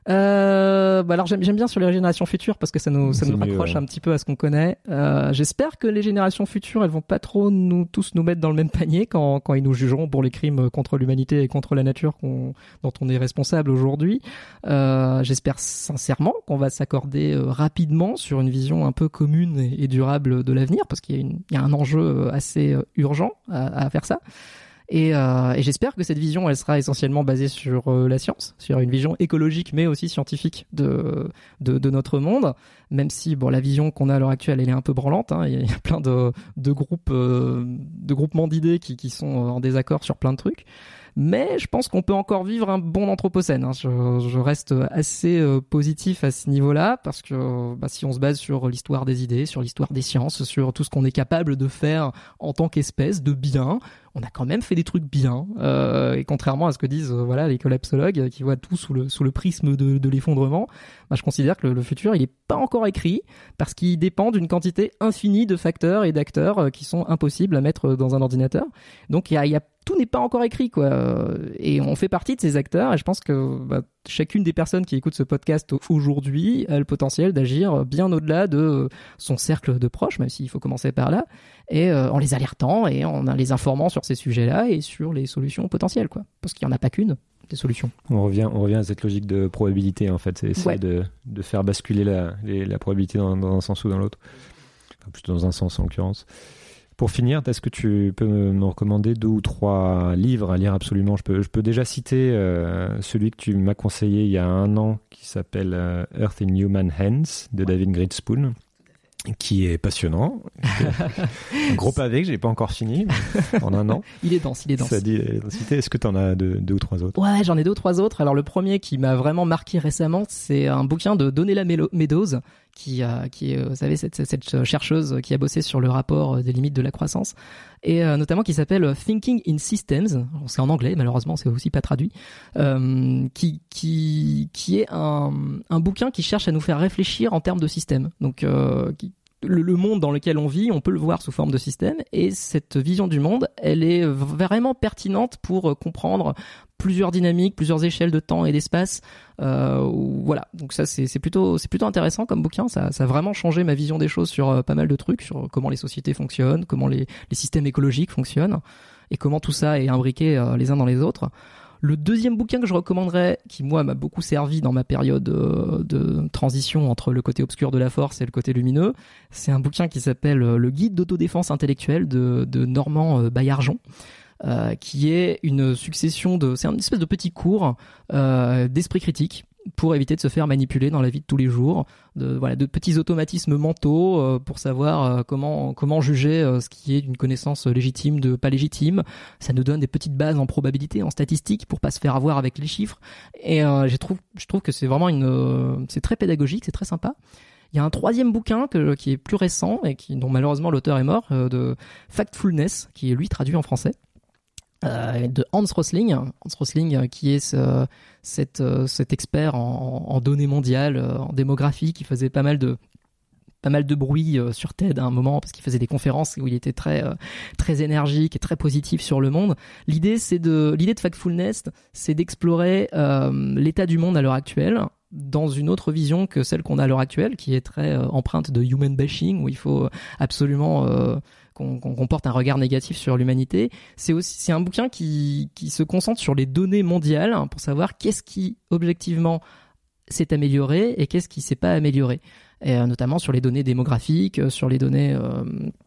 Euh, bah alors j'aime, j'aime bien sur les générations futures parce que ça nous, ça C'est nous mieux, raccroche ouais. un petit peu à ce qu'on connaît. Euh, j'espère que les générations futures, elles vont pas trop nous tous nous mettre dans le même panier quand, quand ils nous jugeront pour les crimes contre l'humanité et contre la nature qu'on, dont on est responsable aujourd'hui. Euh, j'espère sincèrement qu'on va s'accorder euh, rapidement sur une vision un peu commune et, et durable de l'avenir parce qu'il y a, une, il y a un enjeu assez euh, urgent à, à faire ça. Et, euh, et j'espère que cette vision, elle sera essentiellement basée sur euh, la science, sur une vision écologique, mais aussi scientifique de, de, de notre monde. Même si, bon, la vision qu'on a à l'heure actuelle, elle est un peu branlante. Hein. Il y a plein de, de groupes, euh, de groupements d'idées qui, qui sont en désaccord sur plein de trucs. Mais je pense qu'on peut encore vivre un bon anthropocène. Hein. Je, je reste assez euh, positif à ce niveau-là parce que bah, si on se base sur l'histoire des idées, sur l'histoire des sciences, sur tout ce qu'on est capable de faire en tant qu'espèce de bien, on a quand même fait des trucs bien. Euh, et contrairement à ce que disent euh, voilà les collapsologues qui voient tout sous le sous le prisme de, de l'effondrement, bah, je considère que le, le futur il est pas encore écrit parce qu'il dépend d'une quantité infinie de facteurs et d'acteurs euh, qui sont impossibles à mettre dans un ordinateur. Donc il y a, il y a tout n'est pas encore écrit, quoi. Et on fait partie de ces acteurs, et je pense que bah, chacune des personnes qui écoutent ce podcast aujourd'hui a le potentiel d'agir bien au-delà de son cercle de proches, même s'il faut commencer par là, et euh, en les alertant et en les informant sur ces sujets-là et sur les solutions potentielles, quoi. Parce qu'il n'y en a pas qu'une, des solutions. On revient, on revient à cette logique de probabilité, en fait. C'est essayer Ouais. de, de faire basculer la, les, la probabilité dans, dans un sens ou dans l'autre. Enfin, plutôt dans un sens, en l'occurrence. Pour finir, est-ce que tu peux me, me recommander deux ou trois livres à lire absolument? Je peux, je peux déjà citer euh, celui que tu m'as conseillé il y a un an, qui s'appelle euh, Earth in Human Hands, de David Grinspoon, qui est passionnant. Un gros pavé que j'ai pas encore fini en un an. Il est dense, il est dense. Ça dit, citer. Est-ce que tu en as deux, deux ou trois autres? Ouais, j'en ai deux ou trois autres. Alors le premier qui m'a vraiment marqué récemment, c'est un bouquin de Donella Meadows, qui, euh, qui est, vous savez, cette, cette chercheuse qui a bossé sur le rapport des limites de la croissance, et euh, notamment qui s'appelle Thinking in Systems. C'est en anglais, malheureusement, c'est aussi pas traduit. Euh, qui, qui, qui est un, un bouquin qui cherche à nous faire réfléchir en termes de système. Donc, euh, qui, Le, le monde dans lequel on vit, on peut le voir sous forme de système, et cette vision du monde, elle est vraiment pertinente pour comprendre plusieurs dynamiques, plusieurs échelles de temps et d'espace. Euh, voilà, donc ça c'est, c'est plutôt c'est plutôt intéressant comme bouquin. Ça, ça a vraiment changé ma vision des choses sur euh, pas mal de trucs, sur comment les sociétés fonctionnent, comment les, les systèmes écologiques fonctionnent, et comment tout ça est imbriqué euh, les uns dans les autres. Le deuxième bouquin que je recommanderais, qui moi m'a beaucoup servi dans ma période de, de transition entre le côté obscur de la force et le côté lumineux, c'est un bouquin qui s'appelle Le guide d'autodéfense intellectuelle de, de Normand Baillargeon, euh, qui est une succession de, c'est une espèce de petit cours euh, d'esprit critique pour éviter de se faire manipuler dans la vie de tous les jours, de, voilà, de petits automatismes mentaux euh, pour savoir euh, comment, comment juger euh, ce qui est d'une connaissance légitime de pas légitime. Ça nous donne des petites bases en probabilité, en statistique, pour pas se faire avoir avec les chiffres. Et euh, je trouve, je trouve que c'est vraiment une, euh, c'est très pédagogique, c'est très sympa. Il y a un troisième bouquin que, qui est plus récent et qui, dont malheureusement l'auteur est mort, euh, de Factfulness, qui est lui traduit en français. Euh, de Hans Rosling, Hans Rosling euh, qui est ce, cet, euh, cet expert en, en données mondiales, euh, en démographie, qui faisait pas mal de pas mal de bruit euh, sur TED à un moment parce qu'il faisait des conférences où il était très euh, très énergique et très positif sur le monde. L'idée c'est de l'idée de Factfulness, c'est d'explorer euh, l'état du monde à l'heure actuelle dans une autre vision que celle qu'on a à l'heure actuelle, qui est très euh, empreinte de human bashing, où il faut absolument euh, qu'on, qu'on porte un regard négatif sur l'humanité. C'est aussi c'est un bouquin qui qui se concentre sur les données mondiales, hein, pour savoir qu'est-ce qui objectivement s'est amélioré et qu'est-ce qui s'est pas amélioré, et euh, notamment sur les données démographiques, sur les données euh,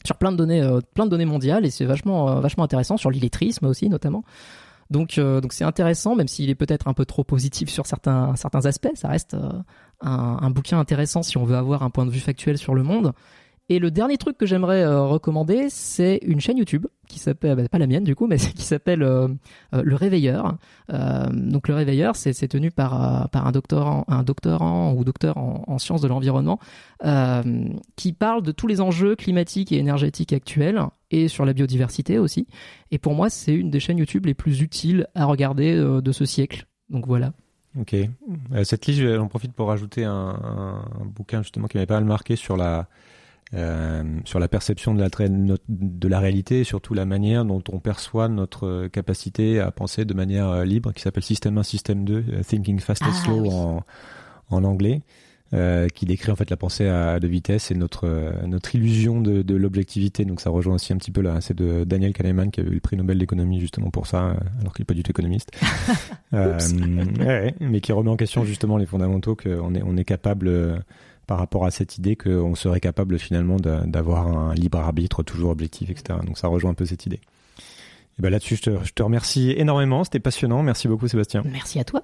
sur plein de données, euh, plein de données mondiales, et c'est vachement, euh, vachement intéressant sur l'illettrisme aussi notamment. Donc, euh, donc c'est intéressant, même s'il est peut-être un peu trop positif sur certains, certains aspects. Ça reste euh, un, un bouquin intéressant si on veut avoir un point de vue factuel sur le monde. Et le dernier truc que j'aimerais euh, recommander, c'est une chaîne YouTube qui s'appelle, bah, pas la mienne du coup, mais qui s'appelle euh, euh, Le Réveilleur. Euh, donc Le Réveilleur, c'est, c'est tenu par, euh, par un doctorant, un doctorant ou docteur en, en sciences de l'environnement euh, qui parle de tous les enjeux climatiques et énergétiques actuels et sur la biodiversité aussi. Et pour moi, c'est une des chaînes YouTube les plus utiles à regarder euh, de ce siècle. Donc voilà. Ok. Euh, cette liste, j'en profite pour rajouter un, un, un bouquin justement qui m'avait pas mal marqué sur la Euh, sur la perception de la, de la réalité et surtout la manière dont on perçoit notre capacité à penser de manière libre, qui s'appelle Système un, Système deux, Thinking Fast and ah, Slow oui. en, en anglais, euh, qui décrit en fait la pensée à deux vitesses et notre, notre illusion de, de l'objectivité. Donc ça rejoint aussi un petit peu là, c'est de Daniel Kahneman qui a eu le prix Nobel d'économie justement pour ça, alors qu'il n'est pas du tout économiste. euh, ouais, mais qui remet en question justement les fondamentaux qu'on est, on est capable... Euh, par rapport à cette idée qu'on serait capable finalement de, d'avoir un libre arbitre toujours objectif, et cetera. Donc ça rejoint un peu cette idée. Et ben là-dessus, je te, je te remercie énormément, c'était passionnant. Merci beaucoup Sébastien. Merci à toi.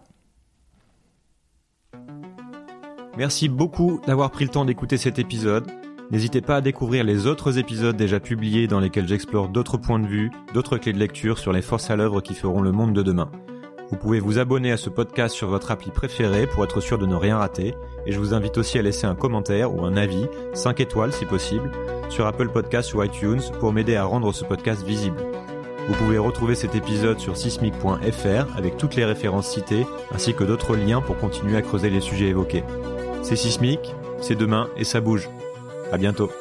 Merci beaucoup d'avoir pris le temps d'écouter cet épisode. N'hésitez pas à découvrir les autres épisodes déjà publiés dans lesquels j'explore d'autres points de vue, d'autres clés de lecture sur les forces à l'œuvre qui feront le monde de demain. Vous pouvez vous abonner à ce podcast sur votre appli préférée pour être sûr de ne rien rater. Et je vous invite aussi à laisser un commentaire ou un avis, cinq étoiles si possible, sur Apple Podcasts ou iTunes pour m'aider à rendre ce podcast visible. Vous pouvez retrouver cet épisode sur sismic point f r avec toutes les références citées, ainsi que d'autres liens pour continuer à creuser les sujets évoqués. C'est Sismic, c'est demain et ça bouge. À bientôt.